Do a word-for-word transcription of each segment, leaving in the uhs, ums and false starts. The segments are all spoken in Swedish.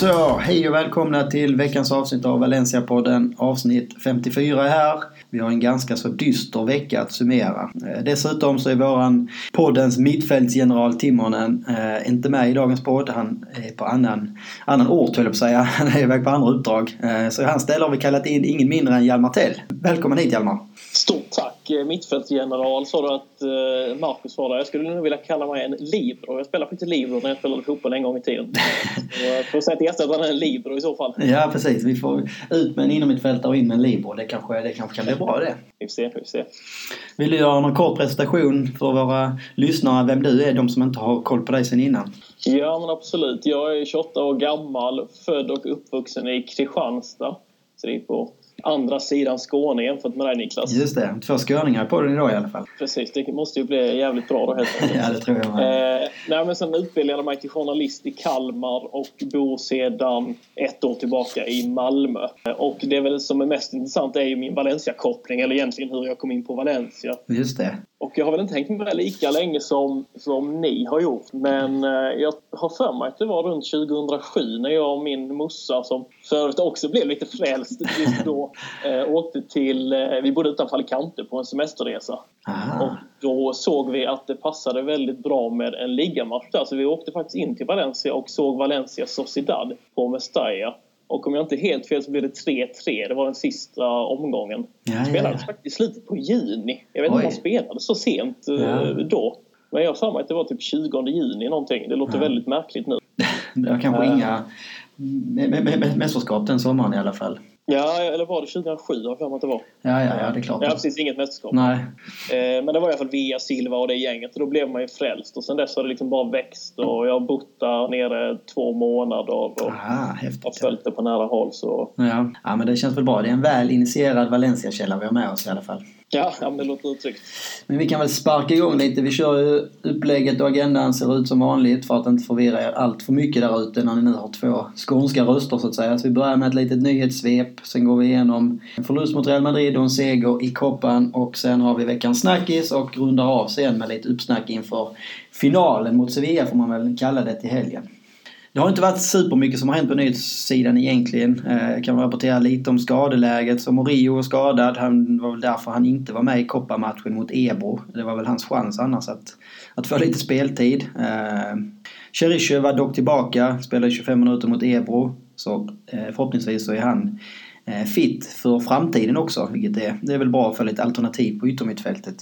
Så, hej och välkomna till veckans avsnitt av Valencia-podden. Avsnitt femtiofyra är här. Vi har en ganska så dyster vecka att summera. Dessutom så är våran poddens mittfältsgeneral Timonen eh, inte med i dagens podd. Han är på annan, annan ort, höll jag på att säga. Han är iväg på andra uppdrag. Eh, så han ställer har vi kallat in ingen mindre än Hjalmar Tell. Välkommen hit, Hjalmar. Stort tack. Mittfältsgeneral sa du att uh, Marcus var där. Jag skulle nog vilja kalla mig en libero. Jag spelade faktiskt libero när jag spelade fotboll en gång i tiden. Så får säga till gästen att han är en libero i så fall. Ja, precis. Vi får ut med en inom mittfältare och in med en libero. Det kanske, det kanske kan bli bra det. Vi får se, vi får se. Vill du göra någon kort presentation för våra lyssnare, vem du är, de som inte har koll på dig sedan innan? Ja, men absolut. Jag är tjugoåtta år gammal, född och uppvuxen i Kristianstad. Så det är på andra sidan Skåne jämfört med dig, Niklas. Just det, två skåningar på den idag i alla fall. Precis, det måste ju bli jävligt bra då helt enkelt. Ja, det tror jag med. Eh, nej, men sen utbildade jag mig till journalist i Kalmar och bor sedan ett år tillbaka i Malmö. Och det är väl som är mest intressant är ju min Valencia-koppling, eller egentligen hur jag kom in på Valencia. Just det. Och jag har väl inte tänkt med det lika länge som, som ni har gjort. Men eh, jag har för mig att det var runt tjugohundrasju när jag och min morsa, som förut också blev lite frälst just då, eh, åkte till, eh, vi bodde utanför Alicante på en semesterresa. Aha. Och då såg vi att det passade väldigt bra med en ligamatch där. Så vi åkte faktiskt in till Valencia och såg Valencia Sociedad på Mestalla. Och om jag inte helt fel så blev det tre tre. Det var den sista omgången. Ja, ja, ja. Spelades faktiskt i slutet på juni. Jag vet inte om man spelade så sent ja. då. Men jag sa mig att det var typ tjugonde juni någonting. Det låter ja. väldigt märkligt nu. Det var kanske uh. inga mästerskap den sommaren i alla fall. Ja, eller var det tjugohundrasju? Jag för mig att det var. Ja, ja, ja, det är klart. Ja, precis. Inget mästerskap. Nej. Eh, men det var i alla fall Via Silva och det gänget. Och då blev man ju frälst. Och sen dess har det liksom bara växt. Och jag har bott där nere två månader. Och ah, häftigt, har följt det på nära håll. Så. Ja. ja, men det känns väl bra. Det är en väl initierad Valencia-källa vi har med oss i alla fall. Ja, ja men det låter uttryckt. Men vi kan väl sparka igång lite. Vi kör ju upplägget och agendan ser ut som vanligt för att inte förvirra er allt för mycket där ute när ni nu har två skånska röster så att säga. Så vi börjar med ett litet nyhetssvep. Sen går vi igenom en förlust mot Real Madrid och en seger i Copan. Och sen har vi veckans snackis och rundar av sen med lite uppsnack inför finalen mot Sevilla får man väl kalla det till helgen. Det har inte varit supermycket som har hänt på nyhetssidan egentligen. Jag kan rapportera lite om skadeläget. Så Murillo är skadad. Han var väl därför han inte var med i Copa-matchen mot Ebro. Det var väl hans chans annars att, att få lite speltid. Cheryshev var dock tillbaka. Spelade tjugofem minuter mot Ebro. Så förhoppningsvis så är han fit för framtiden också. Vilket är, det är väl bra för lite alternativ på yttermittfältet.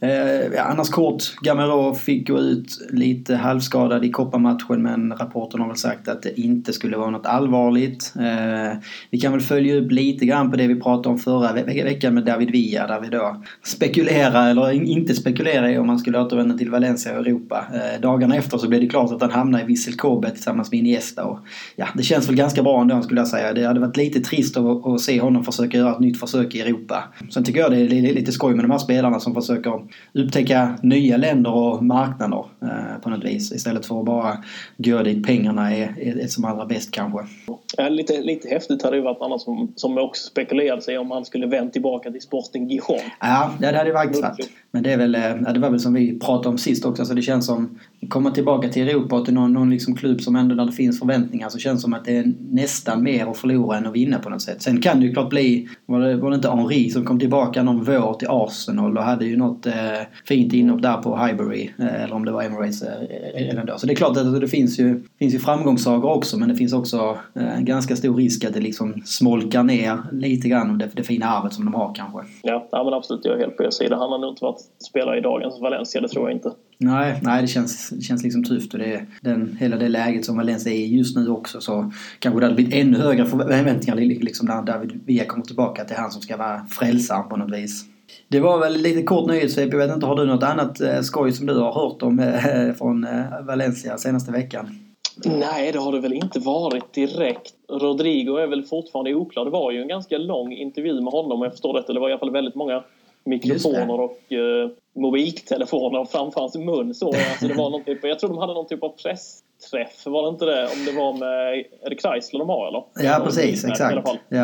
Eh, annars kort, Gamero fick gå ut lite halvskadad i Copa-matchen men rapporten har väl sagt att det inte skulle vara något allvarligt. Eh, vi kan väl följa upp lite grann på det vi pratade om förra ve- veckan med David Villa där vi då spekulerar eller inte spekulerar i om man skulle återvända till Valencia och Europa. Eh, dagarna efter så blev det klart att han hamnade i Vissel Kobe tillsammans med Iniesta och ja, det känns väl ganska bra ändå skulle jag säga. Det hade varit lite trist att, att se honom försöka göra ett nytt försök i Europa. Sen tycker jag det är lite skoj med de här spelarna som försöker upptäcka nya länder och marknader eh, på något vis istället för att bara gå dit pengarna är, är, är som allra bäst kanske. Ja, lite, lite häftigt hade det varit annars som, som också spekulerade sig om han skulle vända tillbaka till Sporting Gijon. Ja, det hade varit varit. Men det är väl, ja, det var väl som vi pratade om sist också. Alltså det känns som att komma tillbaka till Europa och till någon, någon liksom klubb som ändå där det finns förväntningar så känns det som att det är nästan mer att förlora än att vinna på något sätt. Sen kan det ju klart bli, var det, var det inte Henry som kom tillbaka någon vår till Arsenal och hade ju något eh, fint inhopp där på Highbury eh, eller om det var Emirates eh, eller då. Så det är klart att det finns ju, finns ju framgångssagor också men det finns också eh, en ganska stor risk att det liksom smolkar ner lite grann av det, det fina arvet som de har kanske. Ja, ja men absolut, jag är helt på er sida. Han har nog inte varit spelare i dagens Valencia, det tror jag inte. Nej, nej det känns, det känns liksom tufft och det är den, hela det läget som Valencia är just nu också så kanske det hade blivit ännu högre förväntningar liksom när David Villa kommer tillbaka till han som ska vara frälsaren på något vis. Det var väl lite kort nyhetssvep. Jag vet inte, har du något annat eh, skoj som du har hört om eh, från eh, Valencia senaste veckan? Nej, det har det väl inte varit direkt. Rodrigo är väl fortfarande oklar. Det var ju en ganska lång intervju med honom. Jag förstår det. Det var i alla fall väldigt många mikrofoner och eh, mobiltelefoner framför hans mun. Så, alltså, det var någon typ, jag tror de hade någon typ av pressträff. Var det inte det? Om det var med... Är det Chrysler de har, eller? Ja, precis. Exakt. Ja.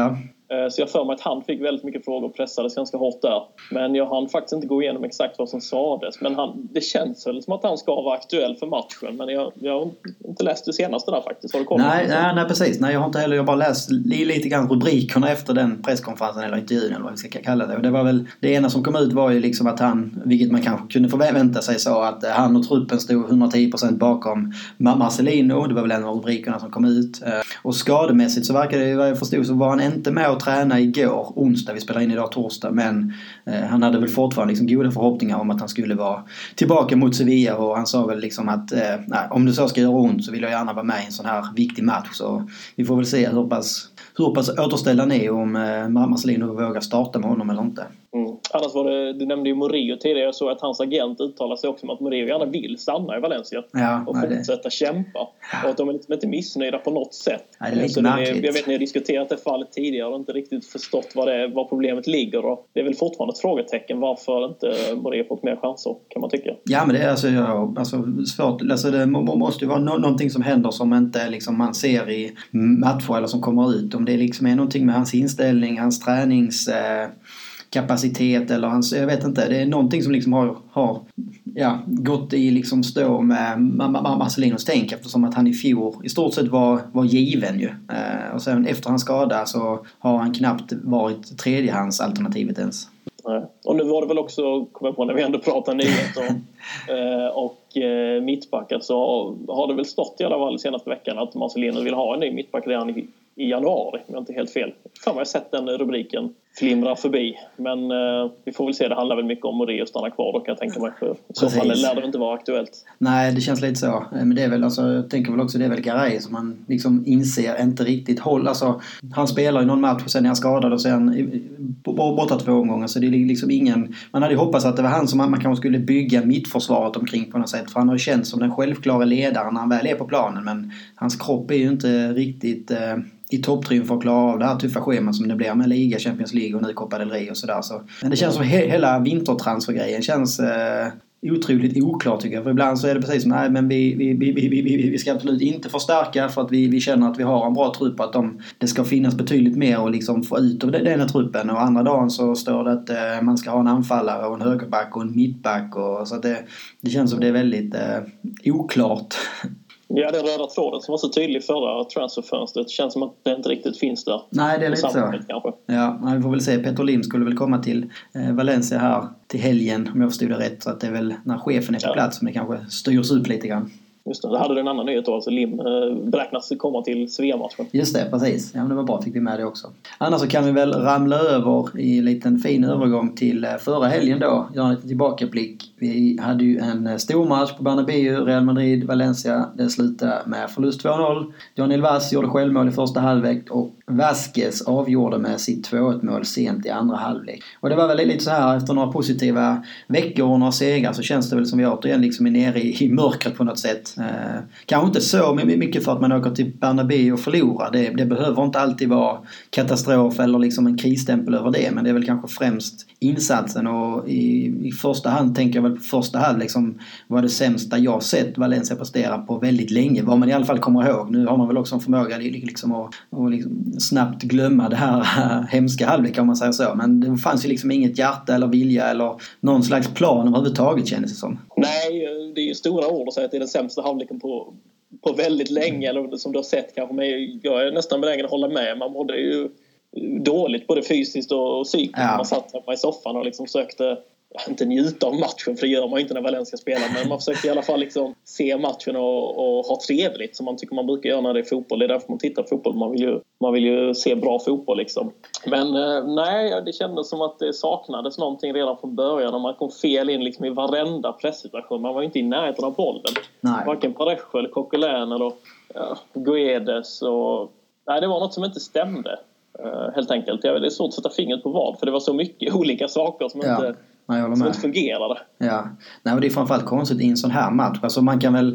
Så jag för mig att han fick väldigt mycket frågor och pressades ganska hårt där. Men jag hann faktiskt inte gå igenom exakt vad som sades. Men han, det känns väl som att han ska vara aktuell för matchen. Men jag, jag har inte läst det senaste där faktiskt. Har du kommit? Nej, nej, nej, precis. Nej, jag har inte heller. Jag har bara läst lite grann rubrikerna efter den presskonferensen eller intervjun eller vad vi ska kalla det. Och det var väl, det ena som kom ut var ju liksom att han, vilket man kanske kunde förvänta sig, så att han och truppen stod hundratio procent bakom Marcelino. Det var väl en av rubrikerna som kom ut. Och skademässigt så verkar det, vad jag förstod, så var han inte med och träna igår, onsdag, vi spelar in idag torsdag, men eh, han hade väl fortfarande liksom goda förhoppningar om att han skulle vara tillbaka mot Sevilla, och han sa väl liksom att eh, nej, om det så ska göra ont så vill jag gärna vara med i en sån här viktig match, så vi får väl se hur pass, hur pass återställda ni om eh, Marcelino vågar starta med honom eller inte. Mm. Annars var det, du nämnde ju Murillo tidigare, så att hans agent uttalade sig också om att Murillo gärna vill stanna i Valencia ja, och nej, fortsätta det. kämpa. Ja. Och att de är liksom inte missnöjda på något sätt. Nej, det är lite så märkligt. Det är, jag vet, ni har diskuterat det fallet tidigare och inte riktigt förstått vad, det är, vad problemet ligger. Och det är väl fortfarande ett frågetecken varför inte Murillo fått mer chanser, kan man tycka. Ja, men det är alltså, ja, alltså svårt. Alltså det måste ju vara no- någonting som händer som inte liksom man ser i matcher eller som kommer ut. Om det liksom är någonting med hans inställning, hans tränings... Eh, kapacitet eller hans, jag vet inte, det är någonting som liksom har, har ja, gått i liksom stå med Marcelinos tänk, eftersom att han i fjol i stort sett var, var given ju. Eh, och sen efter hans skada så har han knappt varit tredjehandsalternativet ens. Nej. Och nu var det väl också, kommer jag på när vi ändå pratar nyheter eh, och eh, mittbackar, så har det väl stått i alla fall senaste veckan att Marcelino vill ha en ny mittback redan i, i januari, om jag inte helt fel. Fan, jag har sett den rubriken flimra förbi. Men eh, vi får väl se, det handlar väl mycket om Murillo att stanna kvar då, kan jag tänka mig. För i så fall lär det inte vara aktuellt. Nej, det känns lite så. Men det är väl, alltså, jag tänker väl också, det är väl Garay som man liksom inser inte riktigt håll. Alltså, han spelar ju någon match och sen är han skadad och sen borta två omgångar. Så det är liksom ingen... Man hade ju hoppats att det var han som man, man kanske skulle bygga mittförsvaret omkring på något sätt. För han har ju känts som den självklara ledaren när han väl är på planen. Men hans kropp är ju inte riktigt... Eh, i topptrim för att klara av det här tuffa schemat som det blir med Liga, Champions League och nu Copa del Rey och sådär. Så. Men det känns som he- hela vintertransfergrejen känns eh, otroligt oklart, tycker jag. För ibland så är det precis som, nej men vi, vi, vi, vi, vi, vi ska absolut inte förstärka för att vi, vi känner att vi har en bra trupp, att de, det ska finnas betydligt mer och liksom få ut av den här truppen. Och andra dagen så står det att eh, man ska ha en anfallare och en högerback och en mittback. Och, så att det, det känns som det är väldigt eh, oklart. Ja, den röda tråden som var så tydlig förra transferfönstret känns som att det inte riktigt finns där. Nej, det är lite så. Kanske. Ja, vi får väl se. Peter Lim skulle väl komma till eh, Valencia här till helgen, om jag förstod det rätt. Så att det är väl när chefen är på ja. plats som det kanske styrs upp lite grann. Just det, det hade du en annan nyhet då. Alltså Lim eh, beräknas komma till Svea-matchen. Just det, precis. Ja, men det var bra, fick vi med det också. Annars så kan vi väl ramla över i en liten fin övergång till eh, förra helgen då. Göra en liten tillbakablick. Vi hade ju en stor match på Bernabéu, Real Madrid, Valencia. Det slutade med förlust två noll. Daniel Vaz gjorde självmål i första halvlek och Vasquez avgjorde med sitt två ett mål sent i andra halvlek. Och det var väl lite så här, efter några positiva veckor och några segrar så känns det väl som vi återigen liksom är nere i, i mörkret på något sätt. Eh, kanske inte så mycket för att man åker till Bernabéu och förlorar. Det, det behöver inte alltid vara katastrof eller liksom en krisstämpel över det, men det är väl kanske främst insatsen. Och i, i första hand tänker jag väl på första halv liksom var det sämsta jag sett Valencia prestera på väldigt länge, vad man i alla fall kommer ihåg. Nu har man väl också en förmåga liksom att, att liksom snabbt glömma det här hemska halvlek, om man säger så, men det fanns ju liksom inget hjärta eller vilja eller någon slags plan överhuvudtaget, kändes det som. Nej, det är ju stora ord att säga att det är den sämsta halvleken på, på väldigt länge, eller som du har sett kanske, men jag är nästan benägen att hålla med. Man mådde ju dåligt både fysiskt och psykiskt. Ja. Man satt hemma i soffan och liksom sökte inte njuta av matchen, för det gör man ju inte när Valencia spelar, men man försökte i alla fall liksom se matchen och, och ha trevligt som man tycker man brukar göra när det är fotboll. Det är därför man tittar på fotboll. Man vill ju, man vill ju se bra fotboll liksom. Men eh, nej, det kändes som att det saknades någonting redan från början, och man kom fel in liksom i varenda presssituation. Man var ju inte i närheten av bollen. Nej. Varken Parejo eller Coquelin eller ja, Guedes och... Nej, det var något som inte stämde. Uh, helt enkelt. Det är svårt att sätta fingret på vad, för det var så mycket olika saker som, ja, inte, som inte fungerade. Ja, nej, men det är framförallt konstigt i en sån här match. Alltså man kan väl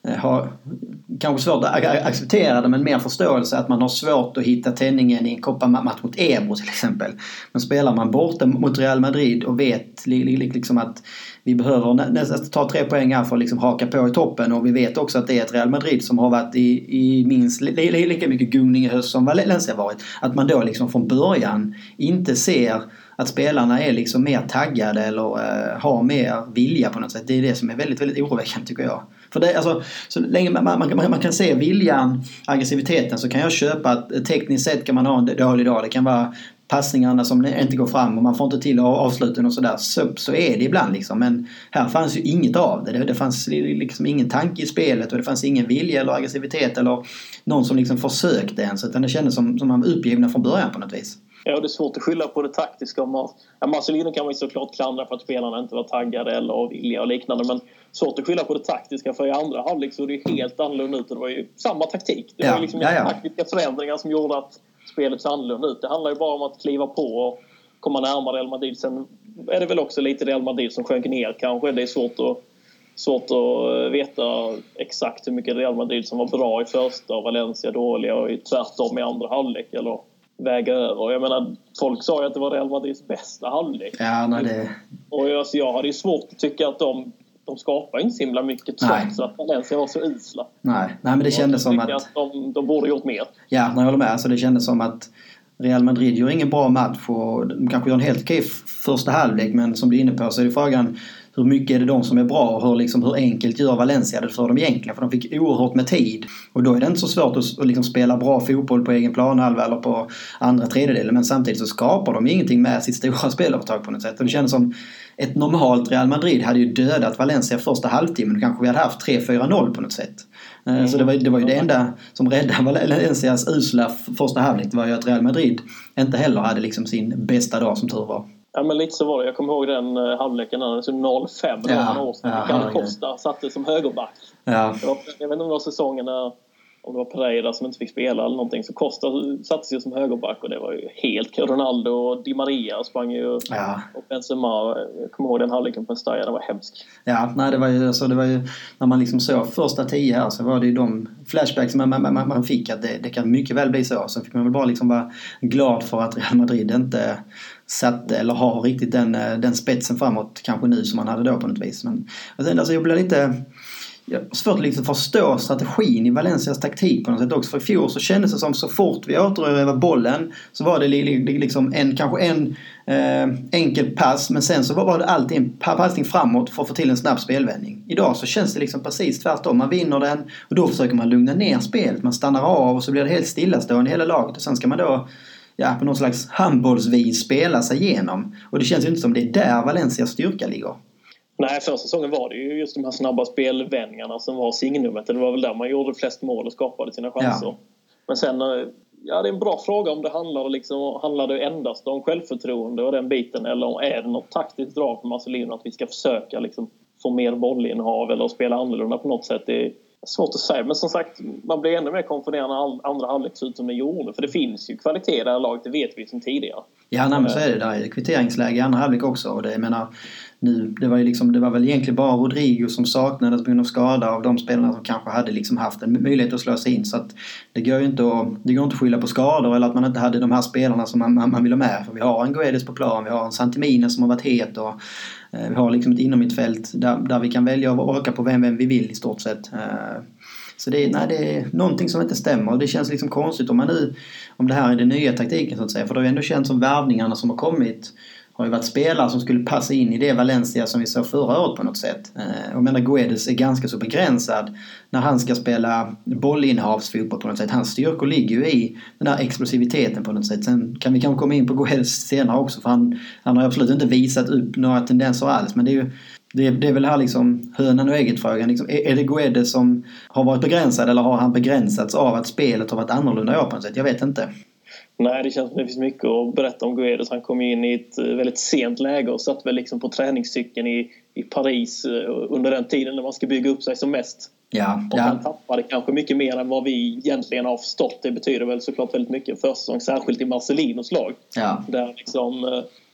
har kanske svårt att acceptera det, men mer förståelse att man har svårt att hitta tändningen i en Copa-match mot Ebro till exempel. Men spelar man borta mot Real Madrid och vet liksom att vi behöver nästan ta tre poäng här för att liksom haka på i toppen, och vi vet också att det är ett Real Madrid som har varit i, i minst li, lika mycket gungning i höst som Valencia varit. Att man då liksom från början inte ser att spelarna är liksom mer taggade eller uh, har mer vilja på något sätt. Det är det som är väldigt, väldigt oroväckande tycker jag. För det, alltså, så länge man, man, man, man kan se viljan, aggressiviteten, så kan jag köpa att tekniskt sett kan man ha en dålig dag. Det kan vara passningarna som inte går fram och man får inte till avsluten och sådär. Så, så är det ibland liksom. Men här fanns ju inget av det. Det, det fanns liksom ingen tanke i spelet och det fanns ingen vilja eller aggressivitet eller någon som liksom försökte ens. Utan det kändes som, som man var uppgivna från början på något vis. Ja, det är svårt att skylla på det taktiska. Ja, Marcelino kan man ju såklart klandra för att spelarna inte var taggade eller villiga och liknande. Men svårt att skylla på det taktiska, för i andra halvlek så är det helt annorlunda ut. Det var ju samma taktik. Det ja, var liksom ja, ja. taktiska förändringar som gjorde att spelet så annorlunda ut. Det handlar ju bara om att kliva på och komma närmare Real Madrid. Sen är det väl också lite Real Madrid som sjönk ner kanske. Det är svårt att, svårt att veta exakt hur mycket Real Madrid som var bra i första och Valencia dåliga och tvärtom i andra halvlek eller väga över. Jag menar, folk sa ju att det var Real Madrids bästa halvlek. Ja, nej, det... Och alltså, jag hade ju svårt att tycka att de, de skapar inte så himla mycket trots att Valencia var så isla. Nej, nej men det kändes som att... att de, de borde gjort mer. Ja, när jag håller med. Alltså, det kändes som att Real Madrid gör ingen bra match och de kanske gör en helt okej första halvlek, men som du är inne på så är det frågan hur mycket är det de som är bra och hur, liksom, hur enkelt gör Valencia det för dem egentligen, för de fick oerhört med tid och då är det inte så svårt att, att liksom spela bra fotboll på egen planhalva eller på andra tredjedelen, men samtidigt så skapar de ingenting med sitt stora spelövertag på något sätt och det känns som ett normalt Real Madrid hade ju dödat Valencia första halvtimmen och kanske vi hade haft tre fyra noll på något sätt. Mm. Så det var, det var ju det enda som räddade Valencias usla första halvlek, det var ju att Real Madrid inte heller hade liksom sin bästa dag som tur var. Ja, men lite så var det. Jag kommer ihåg den uh, halvleken när det så noll fem ja, några år sedan. Ja, Ricardo Costa satte som högerback. Ja. Det var, jag vet inte om det var säsongen när, om det var Pereira som inte fick spela eller någonting, så Costa satte sig som högerback och det var ju helt Ronaldo och Di Maria sprang ju ja. och Benzema. Jag kommer ihåg den halvleken på Staya, det var hemskt. Ja, nej, det var ju så det var ju när man liksom såg första tio här så var det ju de flashbacks man, man, man, man fick att det, det kan mycket väl bli så. Så fick man väl bara liksom vara glad för att Real Madrid inte satte eller har riktigt den, den spetsen framåt kanske nu som man hade då på något vis. Men alltså, jag blev lite jag har svårt att liksom förstå strategin i Valencias taktik på något sätt också. För i fjol så kändes det som så fort vi återerövrade bollen så var det liksom en, kanske en eh, enkel pass, men sen så var det alltid en passning framåt för att få till en snabb spelvändning. Idag så känns det liksom precis tvärtom. Man vinner den och då försöker man lugna ner spelet. Man stannar av och så blir det helt stillastående i hela laget och sen ska man då ja, på något slags handbollsvis spela sig igenom. Och det känns ju inte som det är där Valencias styrka ligger. Nej, förra säsongen var det ju just de här snabba spelvändningarna som var signumet. Det var väl där man gjorde flest mål och skapade sina chanser. Ja. Men sen, ja, det är en bra fråga om det handlar, liksom, handlar det endast om självförtroende och den biten, eller om är det något taktiskt drag för Marcelino att vi ska försöka liksom, få mer bollinnehav eller spela annorlunda på något sätt. Det är svårt att säga, men som sagt, man blir ännu mer konfunderande när andra halvlek ser ut som det gjorde, för det finns ju kvalitet i det här laget, det vet vi som tidigare. Ja, nej, men så är det där. Kvitteringsläge i andra halvlek också, och det, jag menar, nu, det var ju liksom, det var väl egentligen bara Rodrigo som saknades på grund av skada av de spelarna som kanske hade liksom haft en möjlighet att slå sig in, så att det går ju inte att, det går inte att skylla på skador eller att man inte hade de här spelarna som man, man, man vill ha med, för vi har en Guedes på plan, vi har en Santimina som har varit het och eh, vi har liksom ett inomhittfält där, där vi kan välja att åka på vem, vem vi vill i stort sett. Eh, Så det är, nej, det är någonting som inte stämmer. Det känns liksom konstigt om man nu, om det här är den nya taktiken så att säga. För det har ju ändå känts som värvningarna som har kommit har ju varit spelare som skulle passa in i det Valencia som vi såg förra året på något sätt. Och jag menar, Guedes är ganska så begränsad när han ska spela bollinnehavsfotboll på något sätt. Hans styrkor ligger ju i den här explosiviteten på något sätt. Sen kan vi kanske komma in på Guedes senare också, för han, han har absolut inte visat upp några tendenser alls. Men det är ju Det är, det är väl här liksom hönan och ägget frågan. Liksom, är, är det Guedes som har varit begränsad eller har han begränsats av att spelet har varit annorlunda på något sätt? Jag vet inte. Nej, det känns som det finns mycket att berätta om Guedes. Han kom in i ett väldigt sent läge och satt väl liksom på träningscykeln i, i Paris under den tiden när man ska bygga upp sig som mest. Ja, och ja. han tappade kanske mycket mer än vad vi egentligen har förstått. Det betyder väl såklart väldigt mycket för säsong, särskilt i Marcelinos lag. Ja. Där liksom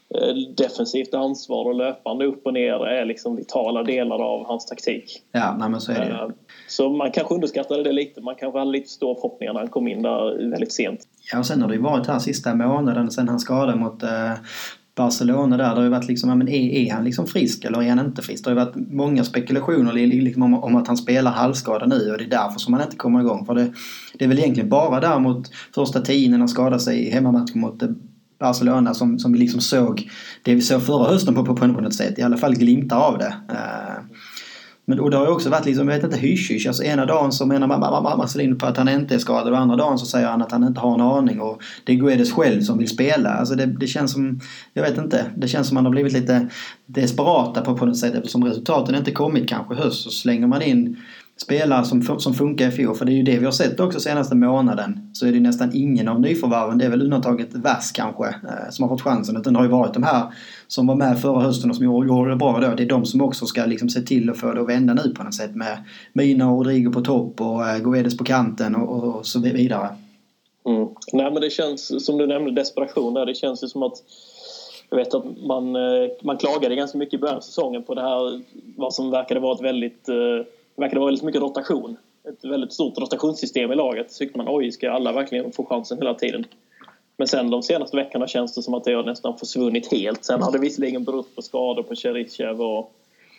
defensivt ansvar och löpande upp och ner är liksom vitala delar av hans taktik. Ja, nej, men så är det ju. Så man kanske underskattade det lite. Man kanske hade lite stora förhoppningar när han kom in där väldigt sent. Ja, och sen har det ju varit här sista månaden sen han skadade mot eh, Barcelona där. Det har ju varit liksom, ja, men är, är han liksom frisk eller är han inte frisk? Det har ju varit många spekulationer liksom om, om att han spelar halvskadad nu och det är därför som han inte kommer igång. För det, det är väl egentligen bara där mot första tio när han skadade sig i hemmamatchen mot Barcelona som, som vi liksom såg det vi såg förra hösten på, på, på något sätt. I alla fall glimtar av det. Uh, men och det har ju också varit liksom, jag vet inte, hysch-hysch. Alltså ena dagen så menar Marcelino på att han inte är skadad och andra dagen så säger han att han inte har en aning och det är Guedes själv som vill spela. Alltså det, det känns som, jag vet inte, det känns som man har blivit lite desperata på, på något sätt eftersom resultaten inte kommit kanske höst så slänger man in spelare som, som funkar i fjol. För det är ju det vi har sett också senaste månaden. Så är det nästan ingen av nyförvärven. Det är väl undantaget Vass kanske eh, som har fått chansen. Utan det har ju varit de här som var med förra hösten och som gjorde det bra då. Det är de som också ska liksom se till att få det att vända nu på något sätt. Med Mina och Rodrigo på topp och eh, Guedes på kanten och, och så vidare. Mm. Nej, men det känns som du nämnde desperation där. Det känns ju som att jag vet att man, man klagade ganska mycket i början av säsongen på det här vad som verkade vara ett väldigt Det verkar vara väldigt mycket rotation. Ett väldigt stort rotationssystem i laget. Så tyckte man, oj, ska alla verkligen få chansen hela tiden? Men sen de senaste veckorna känns det som att det har nästan försvunnit helt. Sen har det visserligen berott på skador på Cheryshev och,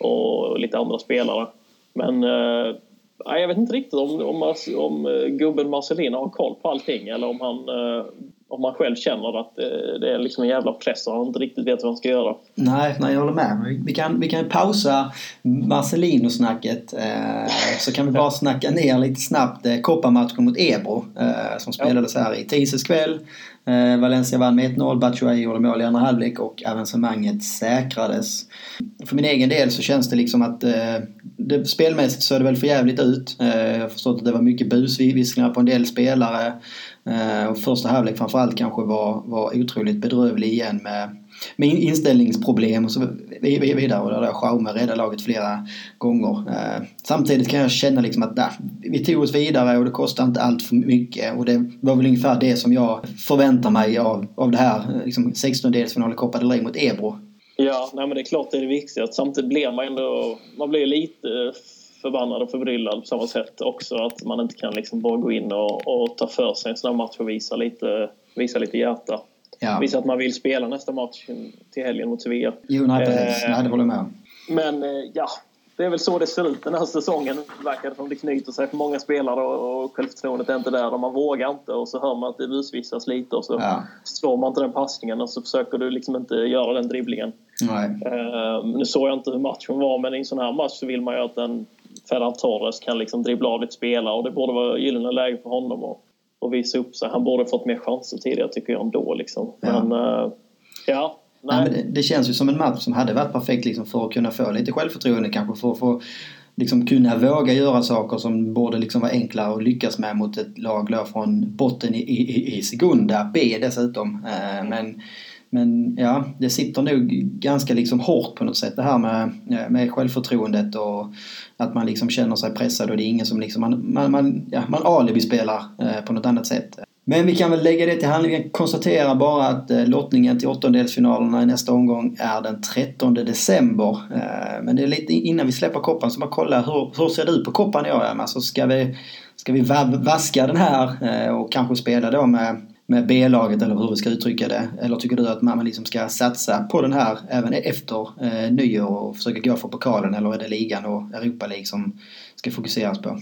och lite andra spelare. Men eh, jag vet inte riktigt om, om, om gubben Marcelino har koll på allting. Eller om han, eh, om han själv känner att det, det är liksom en jävla press och han inte riktigt vet vad han ska göra. Nej, nej jag håller med. Vi kan, vi kan pausa Marcelino-snacket eh, så kan vi bara snacka ner lite snabbt eh, kopparmatchen mot Ebro eh, som spelades här i tisdags kväll. Eh, Valencia vann med ett noll, Batshuayi gjorde mål i andra halvlek och avancemanget säkrades. För min egen del så känns det liksom att eh, det, spelmässigt så är det väl för jävligt ut. Eh, jag har förstått att det var mycket busviskningar på en del spelare. Eh, och första halvlek framförallt kanske var, var otroligt bedrövlig igen med, med inställningsproblem och så vidare. Och där Schaume räddade laget flera gånger. Eh, samtidigt kan jag känna liksom att nah, vi tog oss vidare och det kostade inte allt för mycket. Och det var väl ungefär det som jag förväntar mig av, av det här liksom sextondelsfinalen Copa del Rey mot Ebro. Ja, nej, men det är klart det är det viktiga. Samtidigt blir man ändå man blir lite förbannad och förbryllad på samma sätt också. Att man inte kan liksom bara gå in och, och ta för sig en sån här match och visa lite, visa lite hjärta. Ja. Visa att man vill spela nästa match till helgen mot Sevilla. Jo, nej, precis. Eh, nej, det håller med. Men ja, det är väl så det ser ut den här säsongen. Verkar som det knyter sig för många spelare och, och självförtroendet är inte där och man vågar inte och så hör man att det busvissas lite och så ja. slår man inte den passningen och så försöker du liksom inte göra den dribblingen. Nej. Uh, nu såg jag inte hur matchen var, men i en sån här match så vill man ju att en Ferran Torres kan liksom dribbla av lite spelare och det borde vara gyllene läge för honom och, och visa upp sig. Han borde ha fått mer chanser tidigare tycker jag ändå liksom. Ja. Men uh, ja Nej. Nej, men det, det känns ju som en match som hade varit perfekt liksom för att kunna få lite självförtroende kanske för att få liksom kunna våga göra saker som borde liksom vara enklare att lyckas med mot ett lag från botten i, i, i Segunda B dessutom. Eh, men, men ja, det sitter nog ganska liksom hårt på något sätt det här med, med självförtroendet och att man liksom känner sig pressad och det är ingen som liksom man, man, man, ja, man alibi-spelar eh, på något annat sätt. Men vi kan väl lägga det till handlingen. Konstatera bara att eh, lottningen till åttondelsfinalerna i nästa omgång är den trettonde december. Eh, men det är lite innan vi släpper koppan så man kollar hur, hur ser det ut på koppan i år? Alltså ska vi, ska vi vaska den här eh, och kanske spela då med, med B-laget eller hur vi ska uttrycka det? Eller tycker du att man liksom ska satsa på den här även efter eh, nyår och försöka gå för pokalen eller är det ligan och Europa League som ska fokuseras på?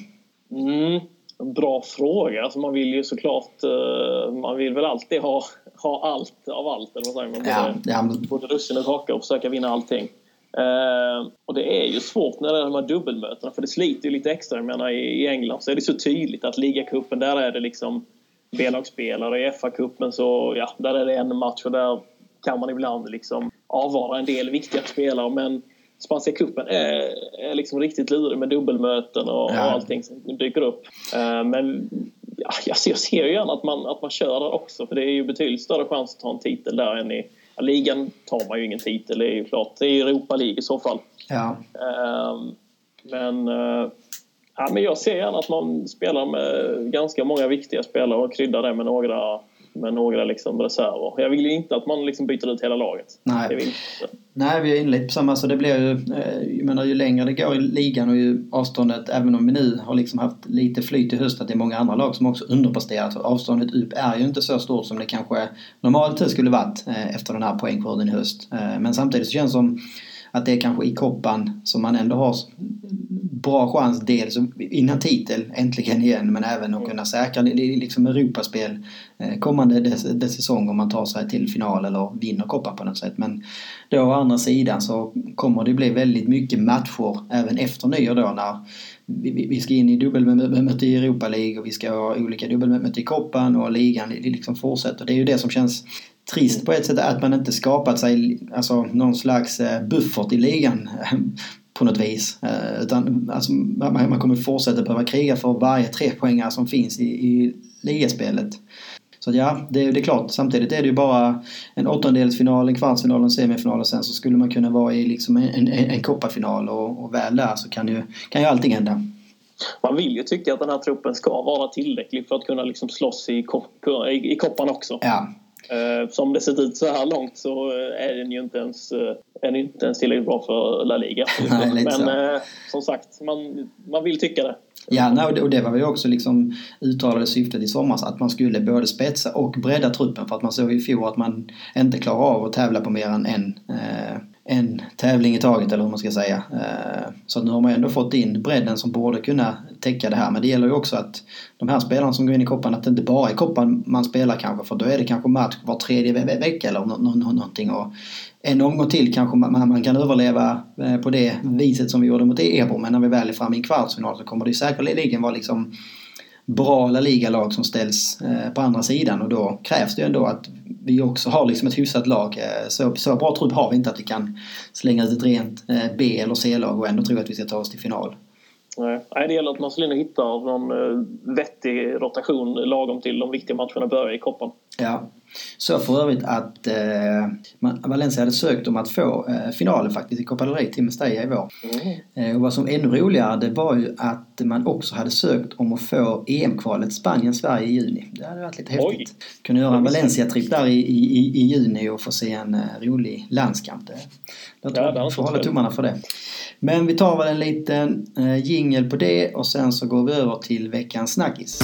Mm. En bra fråga. Alltså man vill ju såklart uh, man vill väl alltid ha, ha allt av allt eller vad säger man? Både, ja, ja. både russin och kaka och försöka vinna allting. Uh, och det är ju svårt när det är de här dubbelmötena för det sliter ju lite extra. Jag menar i, i England så är det så tydligt att ligacupen där är det liksom B-lagsspelare. I F A-cupen så ja, där är det en match och där kan man ibland liksom avvara en del viktiga spelare men Spanska kuppen är, är liksom riktigt lurig med dubbelmöten och, ja. och allting som dyker upp. Uh, men ja, jag, ser, jag ser ju gärna att man, att man kör där också. För det är ju betydligt större chans att ta en titel där än i ja, ligan tar man ju ingen titel. Det är ju klart. Det är Europa League i så fall. Ja. Uh, men, uh, ja, men jag ser gärna att man spelar med ganska många viktiga spelare och kryddar det med några, med några liksom reserver. Jag vill ju inte att man liksom byter ut hela laget. Nej. Det vill inte. Nej, vi är inne lite på samma. Så det blir ju, jag menar, ju längre det går i ligan och ju avståndet, även om vi nu har liksom haft lite flyt i höst, att det är många andra lag som också underpresterat. Så avståndet upp är ju inte så stort som det kanske normalt skulle varit efter den här poängskörden i höst. Men samtidigt så känns det som att det är kanske i koppan som man ändå har bra chans dels innan titel äntligen igen, men även att kunna säkra liksom Europaspel kommande dess, dess säsong om man tar sig till final eller vinner koppan på något sätt. Men då å andra sidan så kommer det bli väldigt mycket matcher även efter nyår då, när vi, vi ska in i dubbelmöte i Europa League och vi ska ha olika dubbelmöte i koppan och ligan det liksom fortsätter. Det är ju det som känns trist på ett sätt, att man inte skapat sig alltså någon slags buffert i ligan på något vis. Utan alltså, man, man kommer fortsätta behöva kriga för varje tre poängar som finns i, i ligaspelet. Så ja, det, det är klart. Samtidigt är det ju bara en åttondelsfinal, en kvartsfinal, en semifinal och sen så skulle man kunna vara i liksom en, en, en kopparfinal och, och väl där så kan ju, kan ju allting hända. Man vill ju tycka att den här truppen ska vara tillräcklig för att kunna liksom slåss i, kop, i, i koppan också. Ja. Uh, som det sett ut så här långt så är den ju inte ens, uh, är den inte ens tillräckligt bra för La Liga. Nej, men uh, som sagt, man, man vill tycka det. Ja, nej, och, det, och det var ju också liksom uttalade syftet i somras, att man skulle både spetsa och bredda truppen, för att man såg i fjol att man inte klarar av att tävla på mer än en, eh, en tävling i taget, eller hur man ska säga. Eh, så nu har man ändå fått in bredden som borde kunna täcka det här, men det gäller ju också att de här spelarna som går in i koppan, att det inte bara är koppan man spelar kanske, för då är det kanske match var tredje ve- vecka eller no- no- någonting, och en omgång till kanske man, man kan överleva på det viset som vi gjorde mot Ebo, men när vi väl är fram i en kvartsfinal så kommer det säkerligen vara liksom bra La Liga-lag som ställs på andra sidan, och då krävs det ju ändå att vi också har liksom ett hyfsat lag. Så, så bra trupp har vi inte att vi kan slänga ut ett rent B- eller C-lag och ändå tro att vi ska ta oss till final. Nej, det gäller att Marcelino hittar någon vettig rotation lagom till de viktiga matcherna börjar i koppan. Ja, så för övrigt att eh, Valencia hade sökt om att få eh, finalen faktiskt i Copa del Rey till Mestalla i vår. Mm. Eh, och vad som ännu roligare, det var ju att man också hade sökt om att få E M-kvalet Spanien-Sverige i juni. Det hade varit lite häftigt. Oj. Kunde göra en Valencia-tripp där i, i, i juni och få se en eh, rolig landskamp. Det, jag tror ja, vi får hålla tummarna för det. Men vi tar väl en liten eh, jingle på det och sen så går vi över till veckans snackis.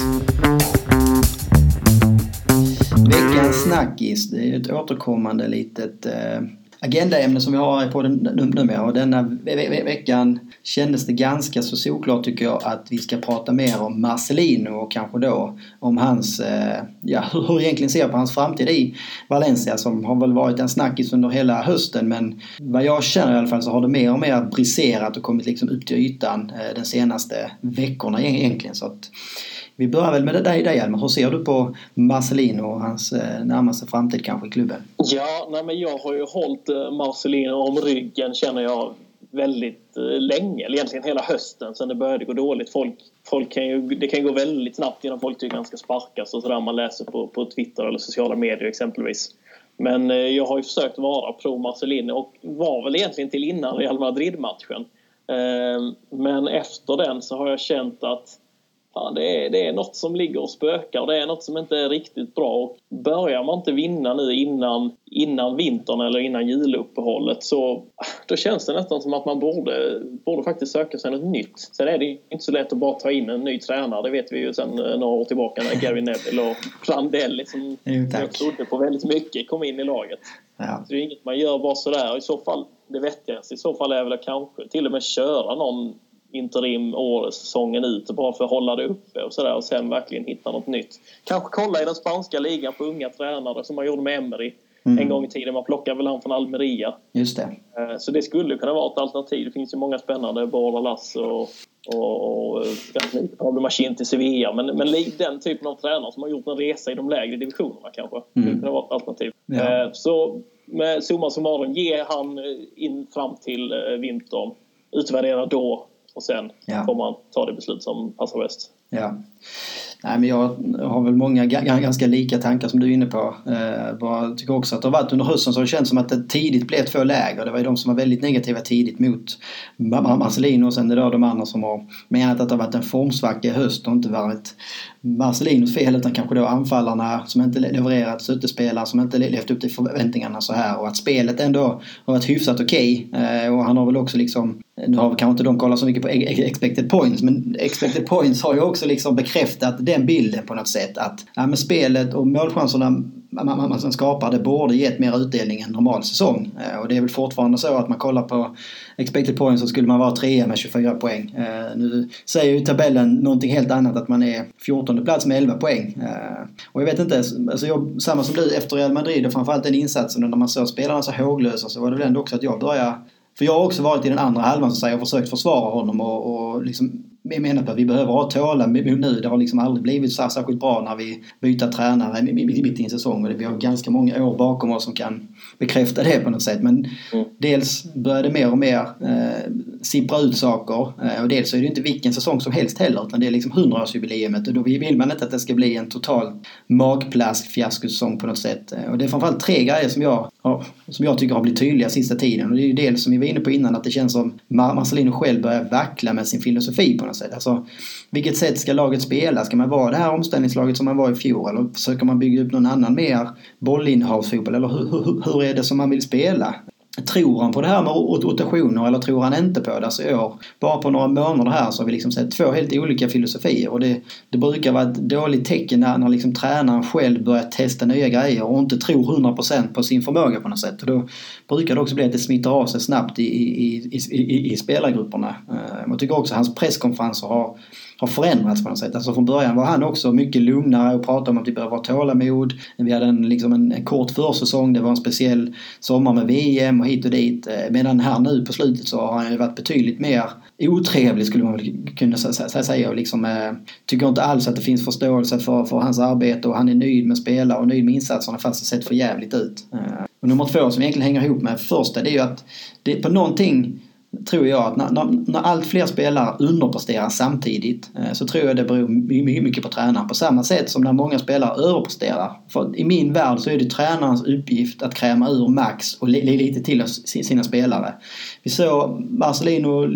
Veckans snackis, det är ett återkommande litet eh, agendaämne som vi har på den numera, och denna ve- ve- veckan kändes det ganska så såklart tycker jag att vi ska prata mer om Marcelino och kanske då om hans, eh, ja, hur egentligen ser på hans framtid i Valencia, som har väl varit en snackis under hela hösten, men vad jag känner i alla fall så har det mer och mer briserat och kommit liksom upp till ytan eh, de senaste veckorna egentligen. Så att vi börjar väl med dig, dig Alma. Hur ser du på Marcelino och hans eh, närmaste framtid kanske i klubben? Ja, nej, men jag har ju hållit eh, Marcelino om ryggen, känner jag, väldigt eh, länge. Eller egentligen hela hösten sen det började gå dåligt. Folk, folk kan ju, det kan ju gå väldigt snabbt innan folk tycker han ska sparkas och sådär, man läser på, på Twitter eller sociala medier exempelvis. Men eh, jag har ju försökt vara pro Marcelino och var väl egentligen till innan Real Madrid-matchen. Eh, men efter den så har jag känt att ja, det, är, det är något som ligger och spökar och det är något som inte är riktigt bra. Och börjar man inte vinna nu innan, innan vintern eller innan juluppehållet, så då känns det nästan som att man borde, borde faktiskt söka sig något nytt. Sen är det inte så lätt att bara ta in en ny tränare. Det vet vi ju sen några år tillbaka när Gary Neville och Prandelli, som jag trodde på väldigt mycket, kom in i laget. Ja. Så det är inget man gör bara sådär. I så fall, det vettigaste i så fall är väl kanske till och med köra någon interim året, säsongen ut bara för att hålla det uppe och sådär, och sen verkligen hitta något nytt. Kanske kolla i den spanska ligan på unga tränare som man gjorde med Emery mm. en gång i tiden. Man plockade väl han från Almeria. Just det. Så det skulle kunna vara ett alternativ. Det finns ju många spännande, Borla Lass och och, och Pablo Machin till Sevilla, men, men den typen av tränare som har gjort en resa i de lägre divisionerna kanske mm. skulle kunna vara ett alternativ. Ja. Så med summa summarum, ge han in fram till vintern, utvärdera då och sen ja. får man ta det beslut som passar bäst. Ja. Nej, men jag har väl många ganska lika tankar som du är inne på. Eh, jag tycker också att det har varit under hösten så har det känts som att det tidigt blev två läger. Det var ju de som var väldigt negativa tidigt mot Marcelino och sen det då de andra som har menat att det har varit en formsvacka i höst och inte varit Marcelinos fel utan kanske då anfallarna som inte levererat, stöttespelare som inte levt upp till förväntningarna så här och att spelet ändå har varit hyfsat okej. Eh, och han har väl också liksom, nu har kanske inte de kollat så mycket på expected points, men expected points har ju också liksom bekräftat den bilden på något sätt att ja, med spelet och målchanserna man, man, man skapar det borde gett mer utdelning än normal säsong. Eh, och det är väl fortfarande så att man kollar på expected points så skulle man vara trea med tjugofyra poäng. Eh, nu säger ju tabellen någonting helt annat att man är fjortonde plats med elva poäng. Eh, och jag vet inte, alltså jag, samma som du efter Real Madrid och framförallt den insatsen när man såg spelarna så håglösa så var det väl ändå också att jag började. För jag har också varit i den andra halvan så säger och försökt försvara honom och, och liksom jag menar på att vi behöver ha tålamod nu. Det har liksom aldrig blivit så särskilt bra när vi byter tränare mitt i en säsong. Och vi har ganska många år bakom oss som kan bekräfta det på något sätt. Men mm. dels börjar det mer och mer eh, sippra ut saker. Eh, och dels så är det inte vilken säsong som helst heller. Utan det är liksom hundraårsjubileet. Och då vill man inte att det ska bli en total magplask fiaskosäsong på något sätt. Eh, och det är framförallt tre grejer som jag, har, som jag tycker har blivit tydliga sista tiden. Och det är ju dels som vi var inne på innan att det känns som Mar- Marcelino själv börjar vackla med sin filosofi på något sätt. Alltså, vilket sätt ska laget spela? Ska man vara det här omställningslaget som man var i fjol? Eller försöker man bygga upp någon annan mer bollinnehavsfotboll? Eller hur, hur, hur är det som man vill spela? Tror han på det här med rotationer eller tror han inte på det? Alltså i år, bara på några månader här så har vi liksom sett två helt olika filosofier och det, det brukar vara ett dåligt tecken när, när liksom tränaren själv börjar testa nya grejer och inte tror hundra procent på sin förmåga på något sätt. Och då brukar det också bli att det smittar av sig snabbt i, i, i, i, i spelargrupperna. Jag tycker också att hans presskonferenser har har förändrats på något sätt. Alltså från början var han också mycket lugnare och pratade om att vi behöver ha tålamod. Vi hade en, liksom en, en kort försäsong. Det var en speciell sommar med V M och hit och dit. Medan här nu på slutet så har han ju varit betydligt mer otrevlig skulle man kunna säga. Och liksom, eh, tycker inte alls att det finns förståelse för, för hans arbete och han är nöjd med spelare och nöjd med insatserna fast det sett för jävligt ut. Eh, och nummer två som egentligen hänger ihop med första det är ju att det på någonting tror jag att när, när, när allt fler spelare underpresterar samtidigt eh, så tror jag det beror mycket, mycket på tränaren. På samma sätt som när många spelare överpresterar. För i min värld så är det tränarens uppgift att kräma ur max och li, li, lite till oss, sina spelare. Vi såg Marcelino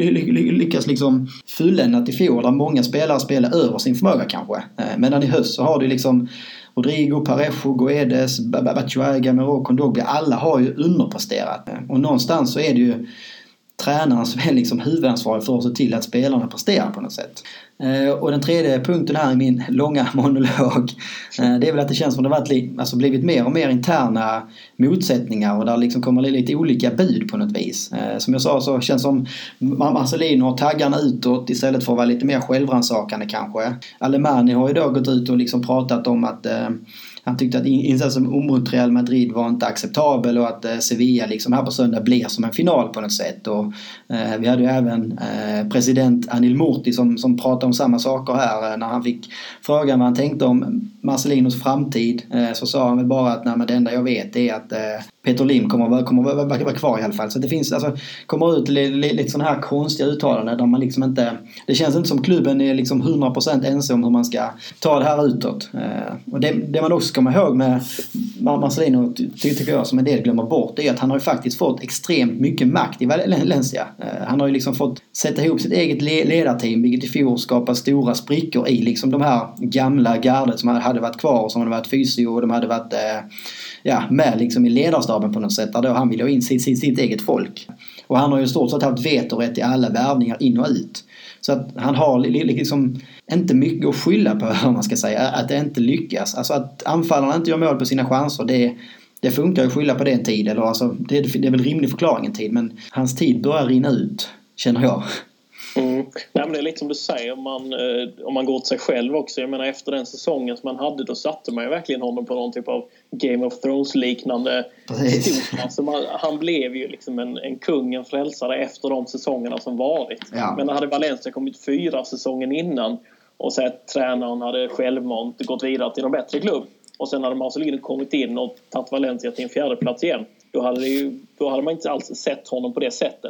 lyckas liksom fulländat i fjol där många spelare spelar över sin förmåga kanske. Eh, medan i höst så har du liksom Rodrigo, Parejo, Guedes, Batshuayi, Gamero, Kondogbia. Alla har ju underpresterat. Och någonstans så är det ju tränaren som är liksom huvudansvarig för att se till att spelarna presterar på något sätt. Eh, och den tredje punkten här i min långa monolog eh, det är väl att det känns som det varit li- alltså blivit mer och mer interna motsättningar och där liksom kommer lite olika bud på något vis. Eh, som jag sa så känns som Marcelino har taggarna utåt istället för att vara lite mer självrannsakande kanske. Alemani har ju då gått ut och liksom pratat om att eh, han tyckte att insatsen mot Real Madrid var inte acceptabel och att eh, Sevilla liksom här på söndag blir som en final på något sätt. Och, eh, vi hade ju även eh, president Anil Murti som, som pratade om samma saker här. Eh, när han fick frågan vad han tänkte om Marcelinos framtid eh, så sa han väl bara att nej, men det enda jag vet är att eh, Peter Lim kommer, kommer vara, vara, vara kvar i alla fall. Så det finns, alltså, kommer ut lite, lite sådana här konstiga uttalanden där man liksom inte, det känns inte som klubben är liksom hundra procent ense om hur man ska ta det här utåt. Eh, och det, det man också ska komma ihåg med Marcelino tycker jag som en del glömmer bort är att han har ju faktiskt fått extremt mycket makt i Valencia. Eh, han har ju liksom fått sätta ihop sitt eget ledarteam vilket i fjol skapar stora sprickor i liksom de här gamla gardet som hade varit kvar som hade varit fysio och de hade varit eh, ja, med liksom i ledarstaben på något sätt där då han vill ha in sitt, sitt, sitt eget folk. Och han har ju stort sett haft vetorätt i alla värvningar in och ut. Så att han har liksom inte mycket att skylla på om man ska säga att det inte lyckas. Alltså att anfallarna inte gör mål på sina chanser det, det funkar ju att skylla på det en tid. Eller alltså, det, det är väl rimlig förklaring en tid men hans tid börjar rinna ut känner jag. Mm. Nej, men det är lite som du säger om man, eh, om man går till sig själv också. Jag menar efter den säsongen som man hade då satte man ju verkligen honom på någon typ av Game of Thrones liknande stort. Alltså man, han blev ju liksom en, en kung, en frälsare efter de säsongerna som varit. Ja. Men hade Valencia kommit fyra säsongen innan och så att tränaren hade självmant gått vidare till en bättre klubb och sen hade Marcelino kommit in och tagit Valencia till en fjärde plats igen. Då hade, det ju, då hade man inte alls sett honom på det sättet.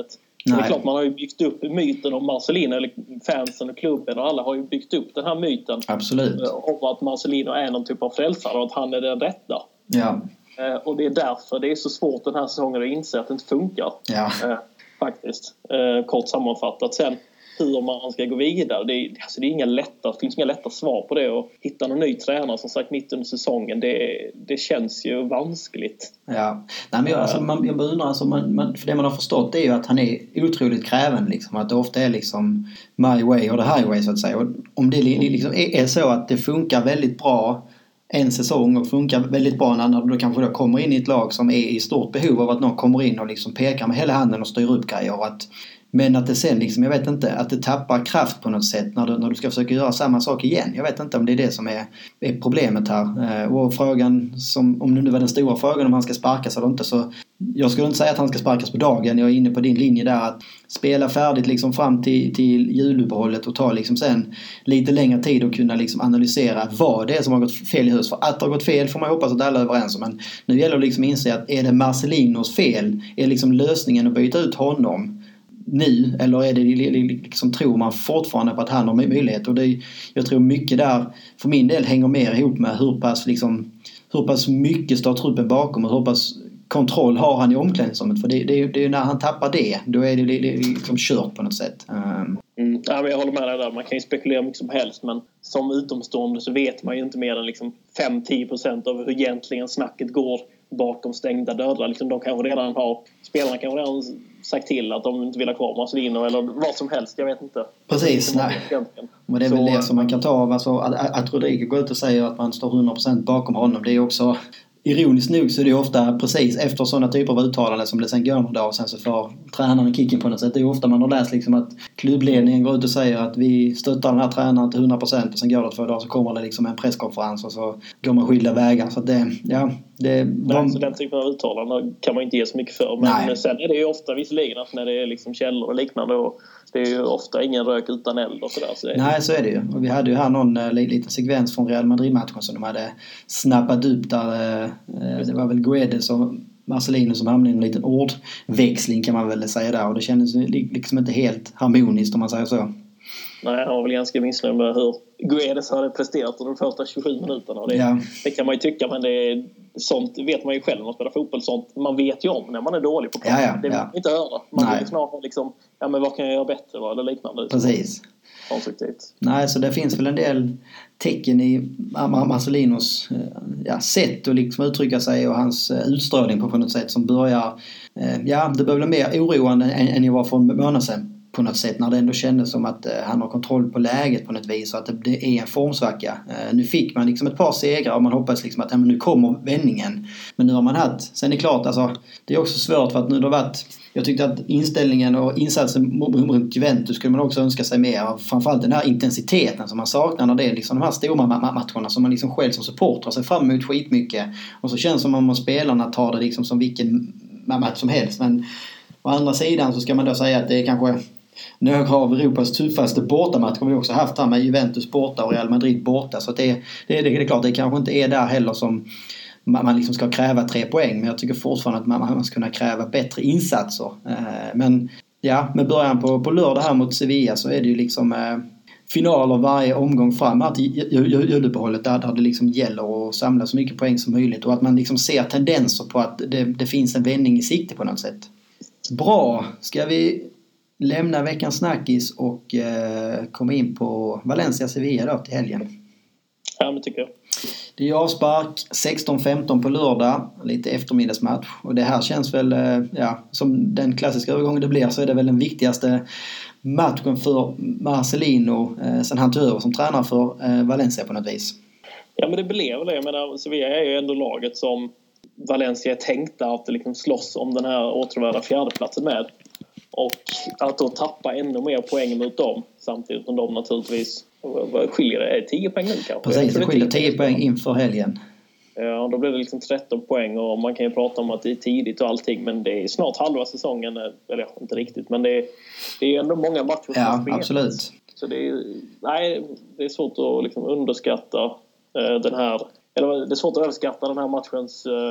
Det är klart, man har ju byggt upp myten om Marcelino, eller fansen och klubben och alla har ju byggt upp den här myten. Absolut. Om att Marcelino är någon typ av frälsare och att han är den rätta. Ja. Och det är därför det är så svårt den här säsongen att inse att det inte funkar. Ja. Faktiskt. Kort sammanfattat. Sen hur man ska gå vidare. Det, är, alltså det, är inga lätta, det finns inga lätta svar på det. Och hitta någon ny tränare som sagt mitt under säsongen, det, det känns ju vanskligt. Ja, nej, men jag, alltså, man, jag undrar, alltså, man, man, för det man har förstått är ju att han är otroligt krävande. Liksom, att det ofta är liksom my way or the highway så att säga. Och om det liksom är, är så att det funkar väldigt bra en säsong och funkar väldigt bra när du kanske då kommer in i ett lag som är i stort behov av att någon kommer in och liksom pekar med hela handen och styr upp grejer. Och att, men att det sen liksom, jag vet inte, att det tappar kraft på något sätt när du, när du ska försöka göra samma sak igen. Jag vet inte om det är det som är, är problemet här. Och frågan, som, om det nu var den stora frågan om han ska sparkas eller inte, så jag skulle inte säga att han ska sparkas på dagen. Jag är inne på din linje där att spela färdigt liksom fram till, till juluppehållet och ta liksom sen lite längre tid och kunna liksom analysera vad det är som har gått fel i hus. För att det har gått fel får man hoppas att alla är överens om. Men nu gäller det liksom att inse att är det Marcelinos fel? Är liksom lösningen att byta ut honom nu, eller är det liksom, tror man fortfarande på att han har möjlighet? Och det, jag tror mycket där för min del hänger mer ihop med hur pass, liksom, hur pass mycket står truppen bakom och hur pass kontroll har han i omklädningsrummet. För det, det, det är ju när han tappar det, då är det, det, det liksom kört på något sätt. Um. Mm, ja, men jag håller med dig där. Man kan ju spekulera mycket som helst, men som utomstående så vet man ju inte mer än liksom fem till tio procent av hur egentligen snacket går bakom stängda dörrar. Liksom de kanske redan har, spelarna kanske redan sagt till att de inte vill ha kvar Marcelino eller vad som helst, jag vet inte. Precis, nej. Och det är väl så, det som man kan ta av, alltså, att, att Rodrigo går ut och säger att man står hundra procent bakom honom, det är också ironiskt nog så är det ofta precis efter sådana typer av uttalanden som det sen går några dagar och sen så får tränaren kicken på något sätt. Det är ofta man har läst liksom att klubbledningen går ut och säger att vi stöttar den här tränaren till hundra procent och sen går det två dagar så kommer det liksom en presskonferens och så går man skilda vägar. Så att det, ja, det... Nej, så den typen av uttalanden kan man inte ge så mycket för. Men Nej. Sen är det ju ofta visserligen att när det är liksom källor och liknande och det är ju ofta ingen rök utan eld och sådär. Så det är... Nej, så är det ju. Och vi hade ju här någon uh, liten sekvens från Real Madrid-matchen som de hade snappat upp där. Uh, uh, det var väl Guedes och Marcelino som hamnade i en liten ordväxling kan man väl säga där. Och det kändes liksom inte helt harmoniskt om man säger så. Nej, han var väl ganska missnöjd med hur Guedes hade presterat de första tjugosju minuterna. Det, ja. det kan man ju tycka, men det är, sånt vet man ju själv när man spelar fotboll. Sånt man vet ju om när man är dålig på plan. Ja, ja, det vill ja. man inte höra. Man Nej. vill snarare liksom, ja men vad kan jag göra bättre eller liknande. Precis. Konstruktivt. Nej, så det finns väl en del tecken i Marcelinos ja, sätt att liksom uttrycka sig och hans utstrålning på något sätt som börjar, ja, det börjar bli mer oroande än, än jag var för en månad sedan. På något sätt när det ändå kändes som att eh, han har kontroll på läget på något vis och att det, det är en formsvacka. Eh, nu fick man liksom ett par segrar och man hoppas liksom att ja, men nu kommer vändningen. Men nu har man haft, sen är det klart alltså, det är också svårt för att nu det har varit, jag tyckte att inställningen och insatsen mot Juventus skulle man också önska sig mer av, framförallt den här intensiteten som man saknar när det är liksom de här stora matcherna som man liksom själv som supporter ser fram emot skitmycket och så känns det som om spelarna tar det liksom som vilken match som helst. Men å andra sidan så ska man då säga att det är kanske några av Europas tuffaste bortamatcher har vi också haft här med Juventus borta och Real Madrid borta. Så det, det, det, det är klart, det kanske inte är där heller som man, man liksom ska kräva tre poäng. Men jag tycker fortfarande att man, man ska kunna kräva bättre insatser. Eh, men ja, med början på, på lördag här mot Sevilla så är det ju liksom eh, finaler varje omgång fram här till juluppehållet där, där det liksom gäller att samla så mycket poäng som möjligt. Och att man liksom ser tendenser på att det, det finns en vändning i sikte på något sätt. Bra, ska vi lämna veckans snackis och eh, komma in på Valencia Sevilla då till helgen. Ja, men tycker jag. Det är avspark sexton femton på lördag, lite eftermiddagsmatch. Och det här känns väl, eh, ja, som den klassiska övergången det blir så är det väl den viktigaste matchen för Marcelino eh, sen han tog över som tränare för eh, Valencia på något vis. Ja, men det blev väl det. Jag menar, Sevilla är ju ändå laget som Valencia är tänkta att liksom slåss om den här återvärda fjärdeplatsen med. Och att då tappa ännu mer poäng mot dem samtidigt som de naturligtvis skiljer det tio poäng nu kanske. Precis, det skiljer tio poäng inför helgen. Ja, då blir det liksom tretton poäng och man kan ju prata om att det är tidigt och allting, men det är snart halva säsongen, eller inte riktigt, men det är, det är ändå många matcher som ja, spelas. Absolut. Så det är, nej, det är svårt att liksom underskatta uh, den här, eller det är svårt att överskatta den här matchens uh,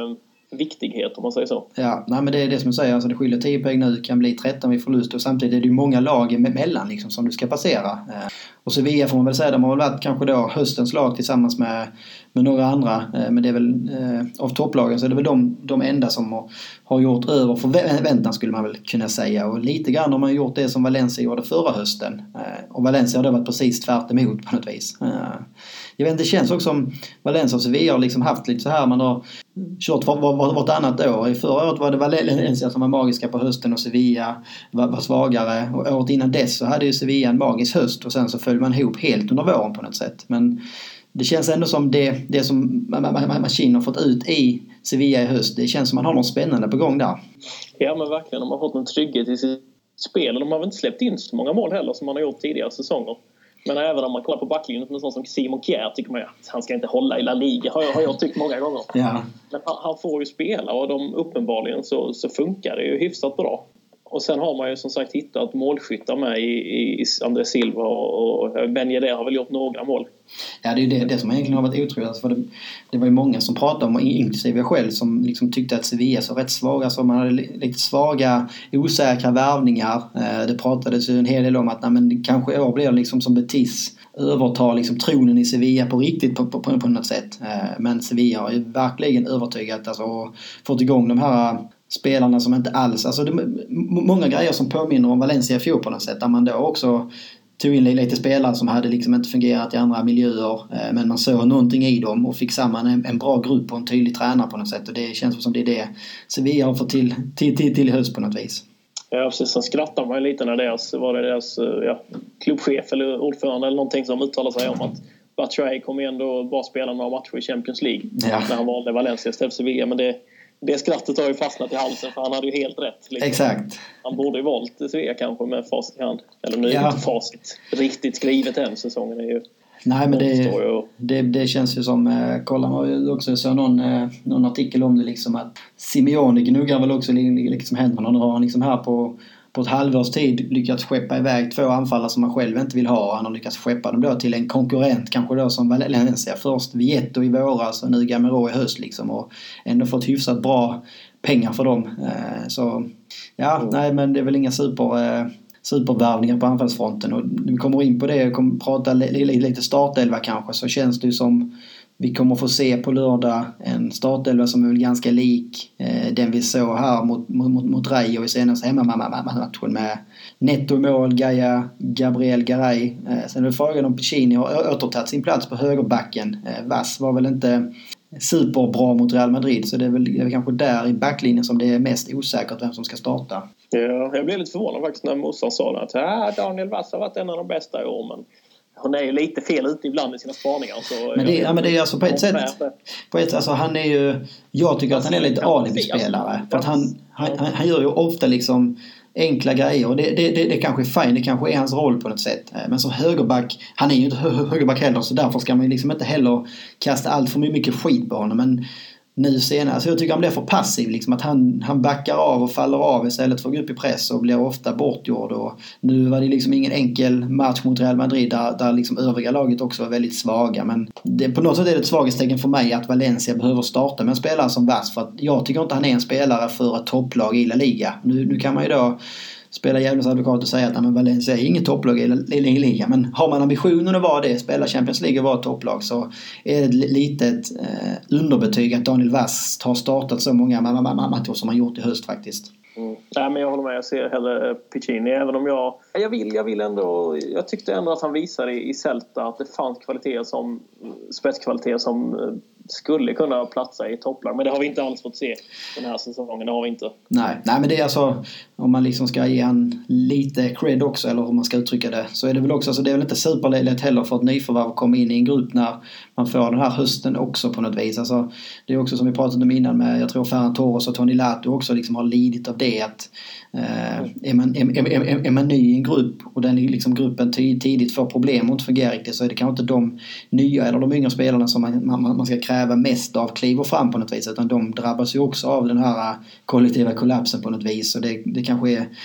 viktighet om man säger så. Ja, nej, men det är det som jag säger. Alltså det skiljer tio poäng nu, kan bli tretton vid förlust och samtidigt är det ju många lag emellan liksom, som du ska passera. Och Sevilla får man väl säga, de har väl varit kanske då höstens lag tillsammans med, med några andra. Men det är väl eh, av topplagen så är det väl de, de enda som har, har gjort över förväntan skulle man väl kunna säga. Och lite grann har man gjort det som Valencia gjorde förra hösten. Eh, och Valencia har då varit precis tvärt emot på något vis. Eh, jag vet inte, det känns också som Valencia och Sevilla har liksom haft lite så här, man har kört var, var, var, vartannat år. I förra året var det Valencia som var magiska på hösten och Sevilla var, var svagare. Och året innan dess så hade ju Sevilla en magisk höst och sen så föll man ihop helt under våren på något sätt. Men det känns ändå som det, det som Machín har fått ut i Sevilla i höst. Det känns som man har något spännande på gång där. Ja, men verkligen. De har fått en trygghet i sitt spel. De har väl inte släppt in så många mål heller som man har gjort tidigare säsonger. Men även om man kollar på backlinjen med sån som Simon Kjær tycker man att han ska inte hålla i La Liga. Har jag, har jag tyckt många gånger. Ja. Men han, han får ju spela och de uppenbarligen så, så funkar det ju hyfsat bra. Och sen har man ju som sagt hittat målskyttar med i, i André Silva och, och Ben Yedder har väl gjort några mål. Ja, det är ju det, det som egentligen har varit otroligt. För det, det var ju många som pratade om, inklusive jag själv, som liksom tyckte att Sevilla så rätt svaga. Så man hade lite svaga, osäkra värvningar. Det pratades ju en hel del om att nej, men kanske år blir det liksom som Betis övertar liksom tronen i Sevilla på riktigt på, på, på, på något sätt. Men Sevilla har ju verkligen övertygat alltså, och fått igång de här spelarna som inte alls, alltså det är många grejer som påminner om Valencia i fjol på något sätt, där man då också tog in lite spelare som hade liksom inte fungerat i andra miljöer, men man såg någonting i dem och fick samman en, en bra grupp och en tydlig tränare på något sätt, och det känns som det är det Sevilla har fått till, till, till, till i höst på något vis. Ja, precis. Sen skrattar man ju lite när deras, var det deras ja, klubbchef eller ordförande eller någonting som uttalar sig om att Batshuayi kommer ändå bara spela några matcher i Champions League ja. när han valde Valencia istället för Sevilla, men det Det skrattet har ju fastnat i halsen för han hade ju helt rätt. Liksom. Exakt. Han borde ju valt Sevilla kanske med facit i hand. Eller nu är ja. inte facit riktigt skrivet än. Säsongen är ju... Nej, men det, det, det känns ju som... Eh, kollar man ju också, så någon, eh, någon artikel om det liksom att Simeone gnuggar väl också liksom händerna. Nu har han liksom här på... på ett halvårs tid lyckats skeppa iväg två anfallare som man själv inte vill ha. Han har lyckats skeppa dem då till en konkurrent kanske då som Valencia. Först Vietto i våras och nu Gamero i höst liksom. Och ändå fått hyfsat bra pengar för dem. Så ja, mm. nej men det är väl inga super, supervärvningar på anfallsfronten. Och vi kommer in på det och kommer prata lite startelva kanske, så känns det ju som... Vi kommer få se på lördag en startelva som är väl ganska lik eh, den vi såg här mot, mot, mot Rayo i senaste hemmamatchen med Neto mål, Gaia, Gabriel Garay. Eh, sen är det frågan om Piccini har återtagit sin plats på högerbacken. Eh, Vass var väl inte superbra mot Real Madrid, så det är väl, det är väl kanske där i backlinjen som det är mest osäkert vem som ska starta. Ja, jag blev lite förvånad faktiskt när Mossan sa att ah, Daniel Vass har varit en av de bästa i år, men hon är ju lite fel ute ibland i sina spaningar. Så men det, ja, men det är alltså på ett sätt... På ett, alltså han är ju... Jag tycker att han är lite alibi-spelare. För att han, han, han gör ju ofta liksom enkla grejer. Och det, det, det, det kanske är fint. Det kanske är hans roll på något sätt. Men som högerback... Han är ju inte högerback heller. Så därför ska man liksom inte heller kasta allt för mycket skit på honom. Men... nu senare. Så jag tycker han blir för passiv. Liksom, att han, han backar av och faller av istället för att gå upp i press och blir ofta bortgjord. Och nu var det liksom ingen enkel match mot Real Madrid där, där liksom övriga laget också var väldigt svaga. Men det, på något sätt är det ett svaghetstecken för mig att Valencia behöver starta med en spelare som Vass. För att jag tycker inte han är en spelare för ett topplag i La Liga. Nu, nu kan man ju då spela jävligt advokat och säga att men Valencia är inget topplag i ligan, men har man ambitionen att vara det, spela Champions League och vara ett topplag, så är det ett litet eh, underbetyg att Daniel Vass har startat så många matcher som han gjort i höst faktiskt. Mm. Nej, men jag håller med, jag ser hellre Piccini, även om jag jag vill, jag vill ändå, jag tyckte ändå att han visade i, i Celta att det fanns kvaliteter som spetskvaliteter som skulle kunna platsa i topplag, men det har vi inte alls fått se den här säsongen, det har vi inte. Nej, nej men det är alltså, om man liksom ska ge han lite cred också, eller hur man ska uttrycka det, så är det väl också, alltså det är väl inte superlätt heller för ett nyförvärv att komma in i en grupp när man får den här hösten också på något vis. Alltså, det är också som vi pratade om innan med, jag tror Ferran Torres och Toni Lato också liksom har lidit av det, att eh, är, man, är, är, är man ny i en grupp och den liksom gruppen tidigt får problem och inte fungerar riktigt, så är det kanske inte de nya eller de yngre spelarna som man, man, man ska kräva mest av kliver fram på något vis, utan de drabbas ju också av den här kollektiva kollapsen på något vis, och det, det kanske är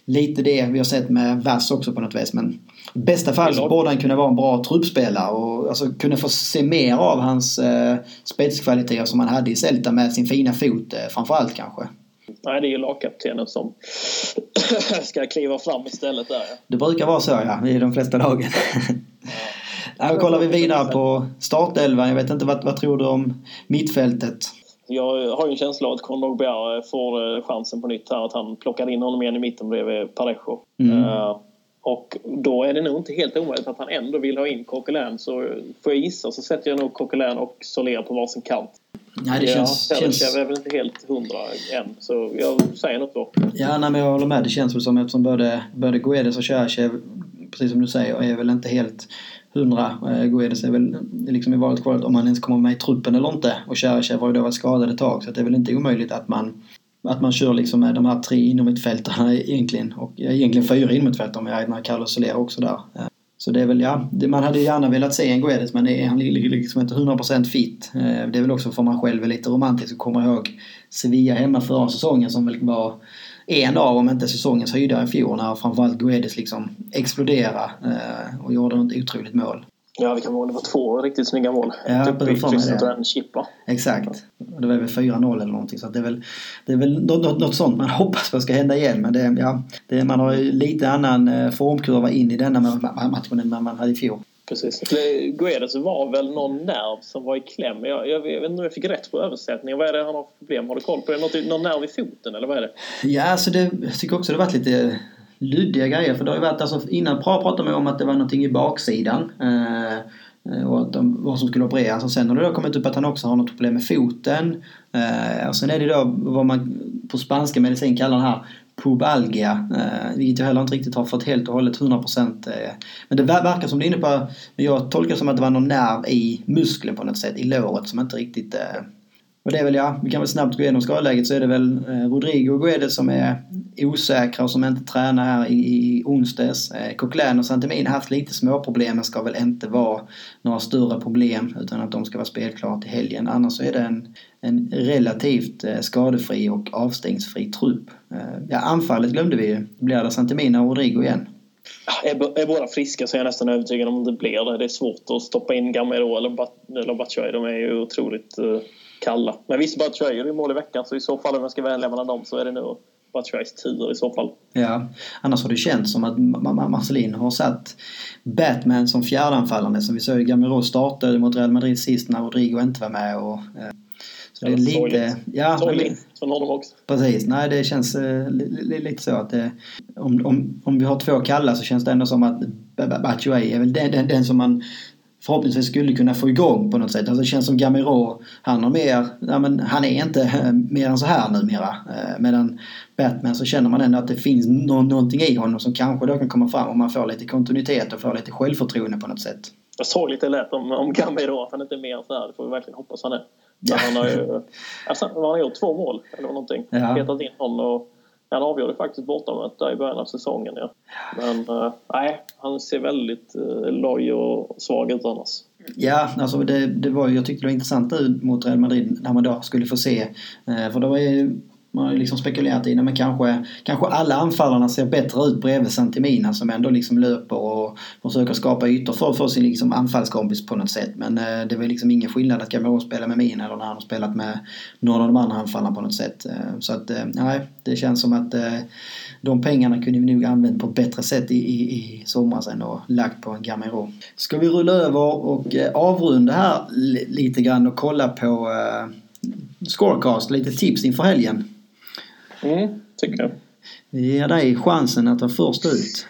lite det vi har sett med Vass också på något vis. Men i bästa fall så borde han kunna vara en bra truppspelare och alltså kunna få se mer av hans eh, spetskvaliteter som han hade i Celta med sin fina fot eh, framförallt kanske. Nej, det är ju lagkaptenen som ska kliva fram istället där. Ja. Det brukar vara så, ja, i de flesta lagen. Ja. Här kollar vi vidare på startelvan. Jag vet inte, vad, vad tror du om mittfältet? Jag har ju en känsla av att Kondogbia får chansen på nytt här. Att han plockar in honom igen i mitten bredvid Parejo. Mm. Uh, och då är det nog inte helt omöjligt att han ändå vill ha in Coquelin. Så får jag gissa så sätter jag nog Coquelin och Soler på varsin kant. Nej, det känns... Ja, känns... Jag är väl inte helt hundra än, så jag säger något då. Ja, nej, men jag håller med. Det känns väl som eftersom både, både Guedes och Cherchev, precis som du säger, är väl inte helt hundra. Guedes är väl liksom i valet kvalet om han ens kommer med i truppen eller inte. Och Cherchev har ju då varit skadad ett tag, så det är väl inte omöjligt att man att man kör liksom med de här tre inomhittfältarna egentligen. Och egentligen fyra inomhittfältare med Aidnar, Carlos Soler också där. Så det är väl, ja, det, man hade gärna velat se en Guedes, men är, han är liksom inte hundra procent fit. Det är väl också för man själv är lite romantisk och kommer ihåg Sevilla hemma förra säsongen som väl var en av, om inte säsongens höjdare i fjol, när framförallt Guedes liksom exploderade och gjorde något otroligt mål. Ja, vi kan ihåg det var två riktigt snygga mål. Ja, typ i krysset och en chippa. Exakt. Det var väl fyra noll eller någonting. Så det är väl, det är väl något, något sånt man hoppas på ska hända igen. Men det, ja, det, man har ju lite annan formkurva in i denna matchen än man hade i fjol. Precis. Guedes var väl någon nerv som var i kläm. Jag, jag vet inte om jag fick rätt på översättningen. Vad är det han har för problem? Har du koll på det? Något, någon nerv i foten eller vad är det? Ja, alltså det, jag tycker också det har varit lite luddiga grejer. För det har ju varit, alltså, innan pratade man om att det var någonting i baksidan. Eh, och att de, vad som skulle opereras. Och sen har det då kommit upp att han också har något problem med foten. Eh, och sen är det då vad man på spanska medicin kallar den här pubalgia, eh, vilket jag heller inte riktigt har fått helt och hållet hundra procent. Eh, men det verkar som det är inne på, jag tolkar som att det var någon nerv i muskeln på något sätt, i låret som inte riktigt... Eh, och det är väl, ja, vi kan väl snabbt gå igenom skadeläget, så är det väl eh, Rodrigo Guedes som är osäkra och som inte tränar här i, i onsdags. Eh, Coquelin och Santemina har haft lite små problem, men ska väl inte vara några större problem utan att de ska vara spelklara till helgen. Annars så är det en, en relativt eh, skadefri och avstängsfri trupp. Eh, ja, anfallet glömde vi ju. Blir det Santemina och Rodrigo igen? Är, är båda friska så är jag nästan övertygad om det blir det. Det är svårt att stoppa in Gamero eller, Bat- eller Batshuayi. De är ju otroligt uh, kalla. Men visst, Batshuayi är ju mål i veckan, så i så fall om jag ska välja mellan dem så är det nog Batshuayis tur i så fall. Ja, annars har det känts som att Marcelin har satt Batman som fjärdanfallande, som vi såg i Gamero startade mot Real Madrid sist när Rodrigo inte var med. Och, eh, så det är lite... Sorgligt. Ja, sorgligt från honom också. Precis, nej det känns eh, li, li, lite så att det, om, om, om vi har två kalla så känns det ändå som att Batshuayi är väl den, den, den som man förhoppningsvis skulle kunna få igång på något sätt. Alltså det känns som Gamero, han har mer, ja, men han är inte äh, mer än så här numera. Äh, medan Batman så känner man ändå att det finns no- någonting i honom som kanske då kan komma fram om man får lite kontinuitet och får lite självförtroende på något sätt. Jag såg lite lätt om, om Gamero att han inte är mer än så här. Det får vi verkligen hoppas han är. Ja. Han har ju alltså, han har gjort två mål eller någonting. Ja. Petat in honom och han avgjorde faktiskt bortamötet där i början av säsongen. Ja. Men uh, nej, han ser väldigt uh, loj och svag ut annars. Ja, alltså det, det var, jag tyckte det var intressant ut mot Real Madrid när man då skulle få se. Uh, för då var ju, man har liksom spekulerat i, men kanske, kanske alla anfallarna ser bättre ut bredvid Santemina som ändå liksom löper och försöker skapa ytor för, för sin liksom anfallskompis på något sätt. Men uh, det var liksom ingen skillnad att Gamero spelar med Mina eller när han har spelat med några av de andra anfallarna på något sätt. Uh, så att, uh, nej, det känns som att uh, de pengarna kunde vi nog använt på ett bättre sätt i, i, i somras än och lagt på en Gamero. Ska vi rulla över och uh, avrunda här l- lite grann och kolla på uh, Scorecast, lite tips inför helgen. Mm, tycker jag. Vi ger dig chansen att vara först ut.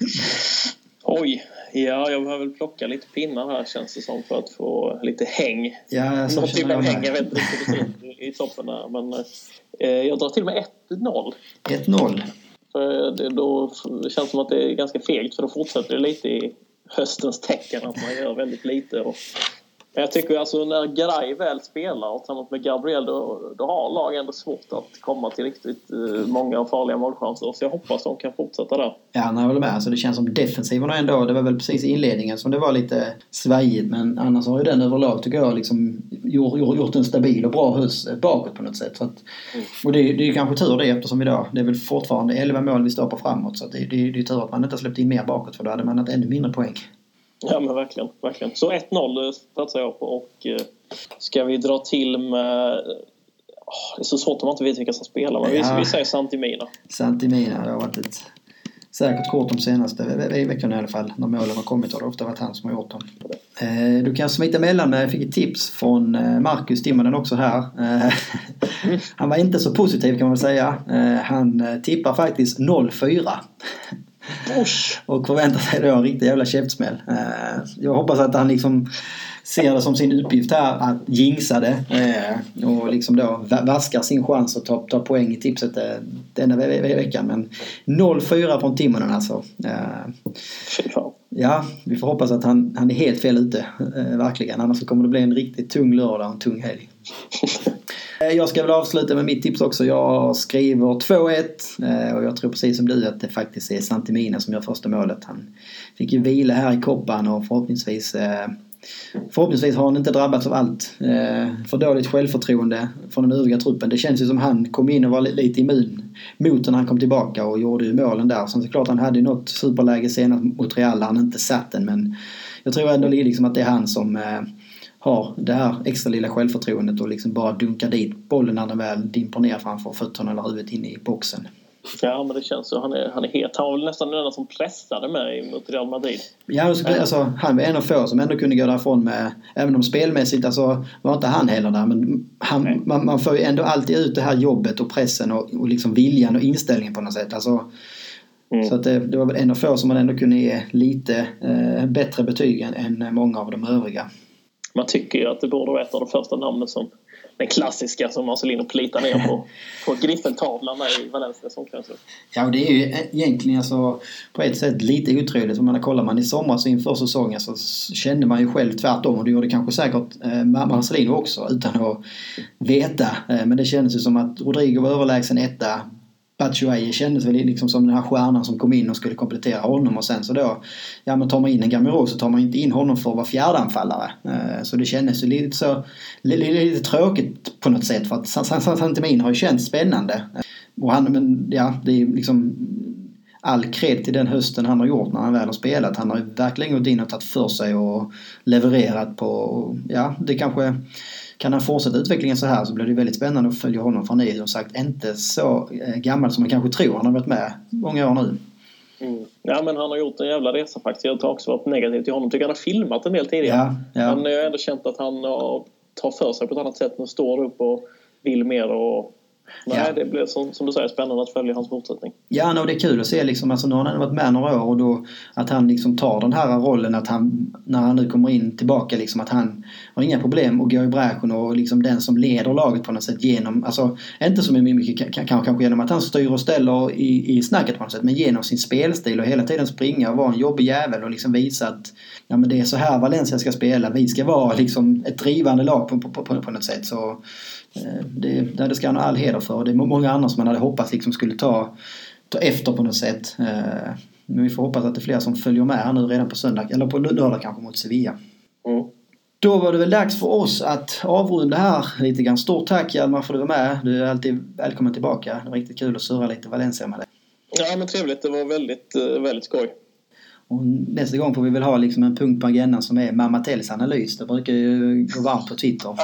Oj, ja, jag behöver väl plocka lite pinnar här känns det som för att få lite häng. Ja, så något med häng, jag vet inte riktigt hur det ser ut i toppen där. Men eh, jag drar till med ett noll. ett noll? För det, då det känns som att det är ganska fegt, för då fortsätter det lite i höstens tecken att man gör väldigt lite och Jag tycker alltså när Garay väl spelar tillsammans med Gabriel då, då har lag ändå svårt att komma till riktigt uh, många farliga målchanser. Så jag hoppas de kan fortsätta där. Ja, jag håller med. Alltså, det känns som defensiven ändå. Det var väl precis i inledningen som det var lite svajigt. Men annars har ju den överlag tycker jag liksom gjort, gjort, gjort en stabil och bra hus bakåt på något sätt. Så att, mm. Och det, det är ju kanske tur det eftersom idag det är väl fortfarande elva mål vi står på framåt. Så att det, det, det är tur att man inte har släppt in mer bakåt för då hade man haft ännu mindre poäng. Ja men verkligen, verkligen. Så ett noll satsar jag på och eh, ska vi dra till med... Oh, det är så svårt om man inte vet vilka som spelar. Men ja. vi, vi säger Santimina. Santimina, det har varit ett säkert kort de senaste ve- veckorna i alla fall. När målen har kommit har det ofta varit han som har gjort dem. Eh, du kan smita emellan med, jag fick ett tips från eh, Marcus Timmerden också här. Eh, han var inte så positiv kan man säga. Eh, han eh, tippar faktiskt noll fyra. Usch. Och förväntar sig då en riktig jävla käftsmäll. Jag hoppas att han liksom ser det som sin uppgift här att jinxa det och liksom då vaskar sin chans att ta, ta poäng i tipset denna ve- ve- veckan. Men noll fyra från Timonen alltså. Ja, vi får hoppas att han, han är helt fel ute, verkligen. Annars så kommer det bli en riktigt tung lördag och en tung helg. Jag ska väl avsluta med mitt tips också. Jag skriver två ett och jag tror precis som du att det faktiskt är Santimina som gör första målet. Han fick ju vila här i koppan och förhoppningsvis förhoppningsvis har han inte drabbats av allt för dåligt självförtroende från den övriga truppen. Det känns ju som han kom in och var lite immun mot när han kom tillbaka och gjorde ju målen där. Så klart han hade ju något superläge senast mot Real, han inte satt den, men jag tror ändå liksom att det är han som har det här extra lilla självförtroendet och liksom bara dunkar dit bollen när den väl dimper ner framför fötterna eller huvudet in i boxen. Ja, men det känns så. Han är, han är het. Han var väl nästan den enda som pressade mig mot Real Madrid. Ja, alltså, han var en av få som ändå kunde gå därifrån med, även om spelmässigt alltså, var inte han heller där, men han, man, man får ju ändå alltid ut det här jobbet och pressen och, och liksom viljan och inställningen på något sätt. Alltså, mm. Så att det, det var väl en av få som man ändå kunde ge lite eh, bättre betyg än, än många av de övriga. Man tycker ju att det borde vara ett av de första namnen som den klassiska som Marcelino plitar ner på, på griffeltavlan i Valencia som kanske. Ja, och det är ju egentligen alltså, på ett sätt lite otroligt. Om man kollar man i somras inför säsongen så kände man ju själv tvärtom, och det gjorde kanske säkert eh, Marcelino också utan att veta. Eh, men det kändes ju som att Rodrigo var överlägsen etta. Batshuayi kändes väl liksom som den här stjärnan som kom in och skulle komplettera honom, och sen så då, ja men tar man in en Gamero så tar man inte in honom för att vara fjärdeanfallare. Så det kändes ju lite så lite, lite tråkigt på något sätt, för att Santimina har ju känts spännande. Och han, men ja, det är liksom all cred till den hösten han har gjort när han väl har spelat. Han har ju verkligen gått in och tagit för sig och levererat på, ja det kanske... Kan han fortsätta utvecklingen så här så blir det väldigt spännande att följa honom, för han är som sagt inte så gammal som man kanske tror. Han har varit med många år nu. Mm. Ja, men han har gjort en jävla resa faktiskt. Jag har också varit negativ till honom. Jag tycker han har filmat en del tidigare. Ja, ja. Men jag har ändå känt att han tar för sig på ett annat sätt och står upp och vill mer och... Nej, ja. Det blir som, som du säger spännande att följa hans fortsättning. Ja, no, det är kul att se liksom, alltså, nu har han varit med några år och då att han liksom tar den här rollen, att han, när han nu kommer in tillbaka liksom, att han har inga problem att gå i bräschen och liksom den som leder laget på något sätt genom, alltså inte så mycket kanske, kanske genom att han styr och ställer i, i snacket på något sätt, men genom sin spelstil och hela tiden springa och vara en jobbig jävel och liksom visa att ja, men det är så här Valencia ska spela, vi ska vara liksom ett drivande lag på, på, på, på något sätt, så Det, det ska han ha all heder för. Det är många andra som man hade hoppats liksom skulle ta, ta efter på något sätt. Men vi får hoppas att det är fler som följer med här nu redan på söndag. Eller på lördag kanske mot Sevilla. Mm. Då var det väl dags för oss att avrunda här lite grann. Stort tack Hjalmar för att du var med. Du är alltid välkommen tillbaka. Det var riktigt kul att surra lite Valencia med dig. Ja, men trevligt. Det var väldigt, väldigt skoj. Och nästa gång får vi väl ha liksom en punkt på agendan som är Mamma Tells analys. Det brukar ju gå varmt på Twitter.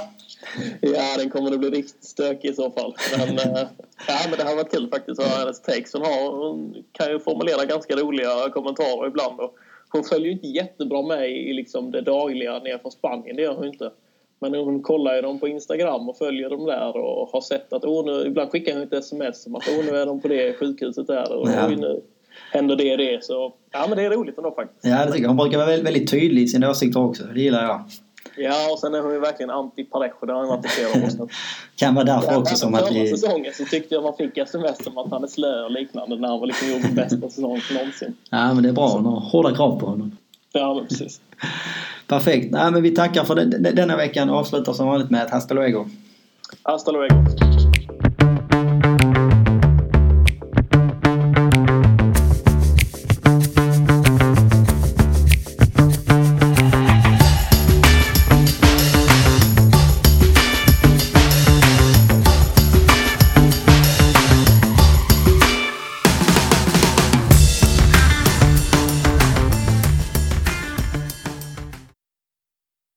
Ja, den kommer att bli riktigt stökig i så fall. Men, äh, ja, men det har varit kul faktiskt. Hennes text, hon, har, hon kan ju formulera ganska roliga kommentarer ibland. Och hon följer ju inte jättebra med i liksom det dagliga ner från Spanien. Det gör hon inte. Men hon kollar ju dem på Instagram och följer dem där och har sett att oh, nu, ibland skickar hon ett sms om att oh, nu är de på det sjukhuset där och ja. Nu händer det det. Så ja, men det är roligt ändå faktiskt. Ja, det tycker jag. Hon brukar vara väldigt tydlig i sina åsikter också. Det gillar jag. Ja, och sen är hon ju verkligen anti-Parejo. Det har han varit i flera år sedan. Kan vara därför ja, också som att bli... vi... säsongen så tyckte jag man fick sms om att han är slö och liknande när han var liksom gjort bästa säsongen någonsin. Ja, men det är bra. Hon har hårda krav på honom. Ja, men precis. Perfekt. Nej, men vi tackar för den, denna veckan och avslutar som vanligt med ett hasta luego. Hasta luego.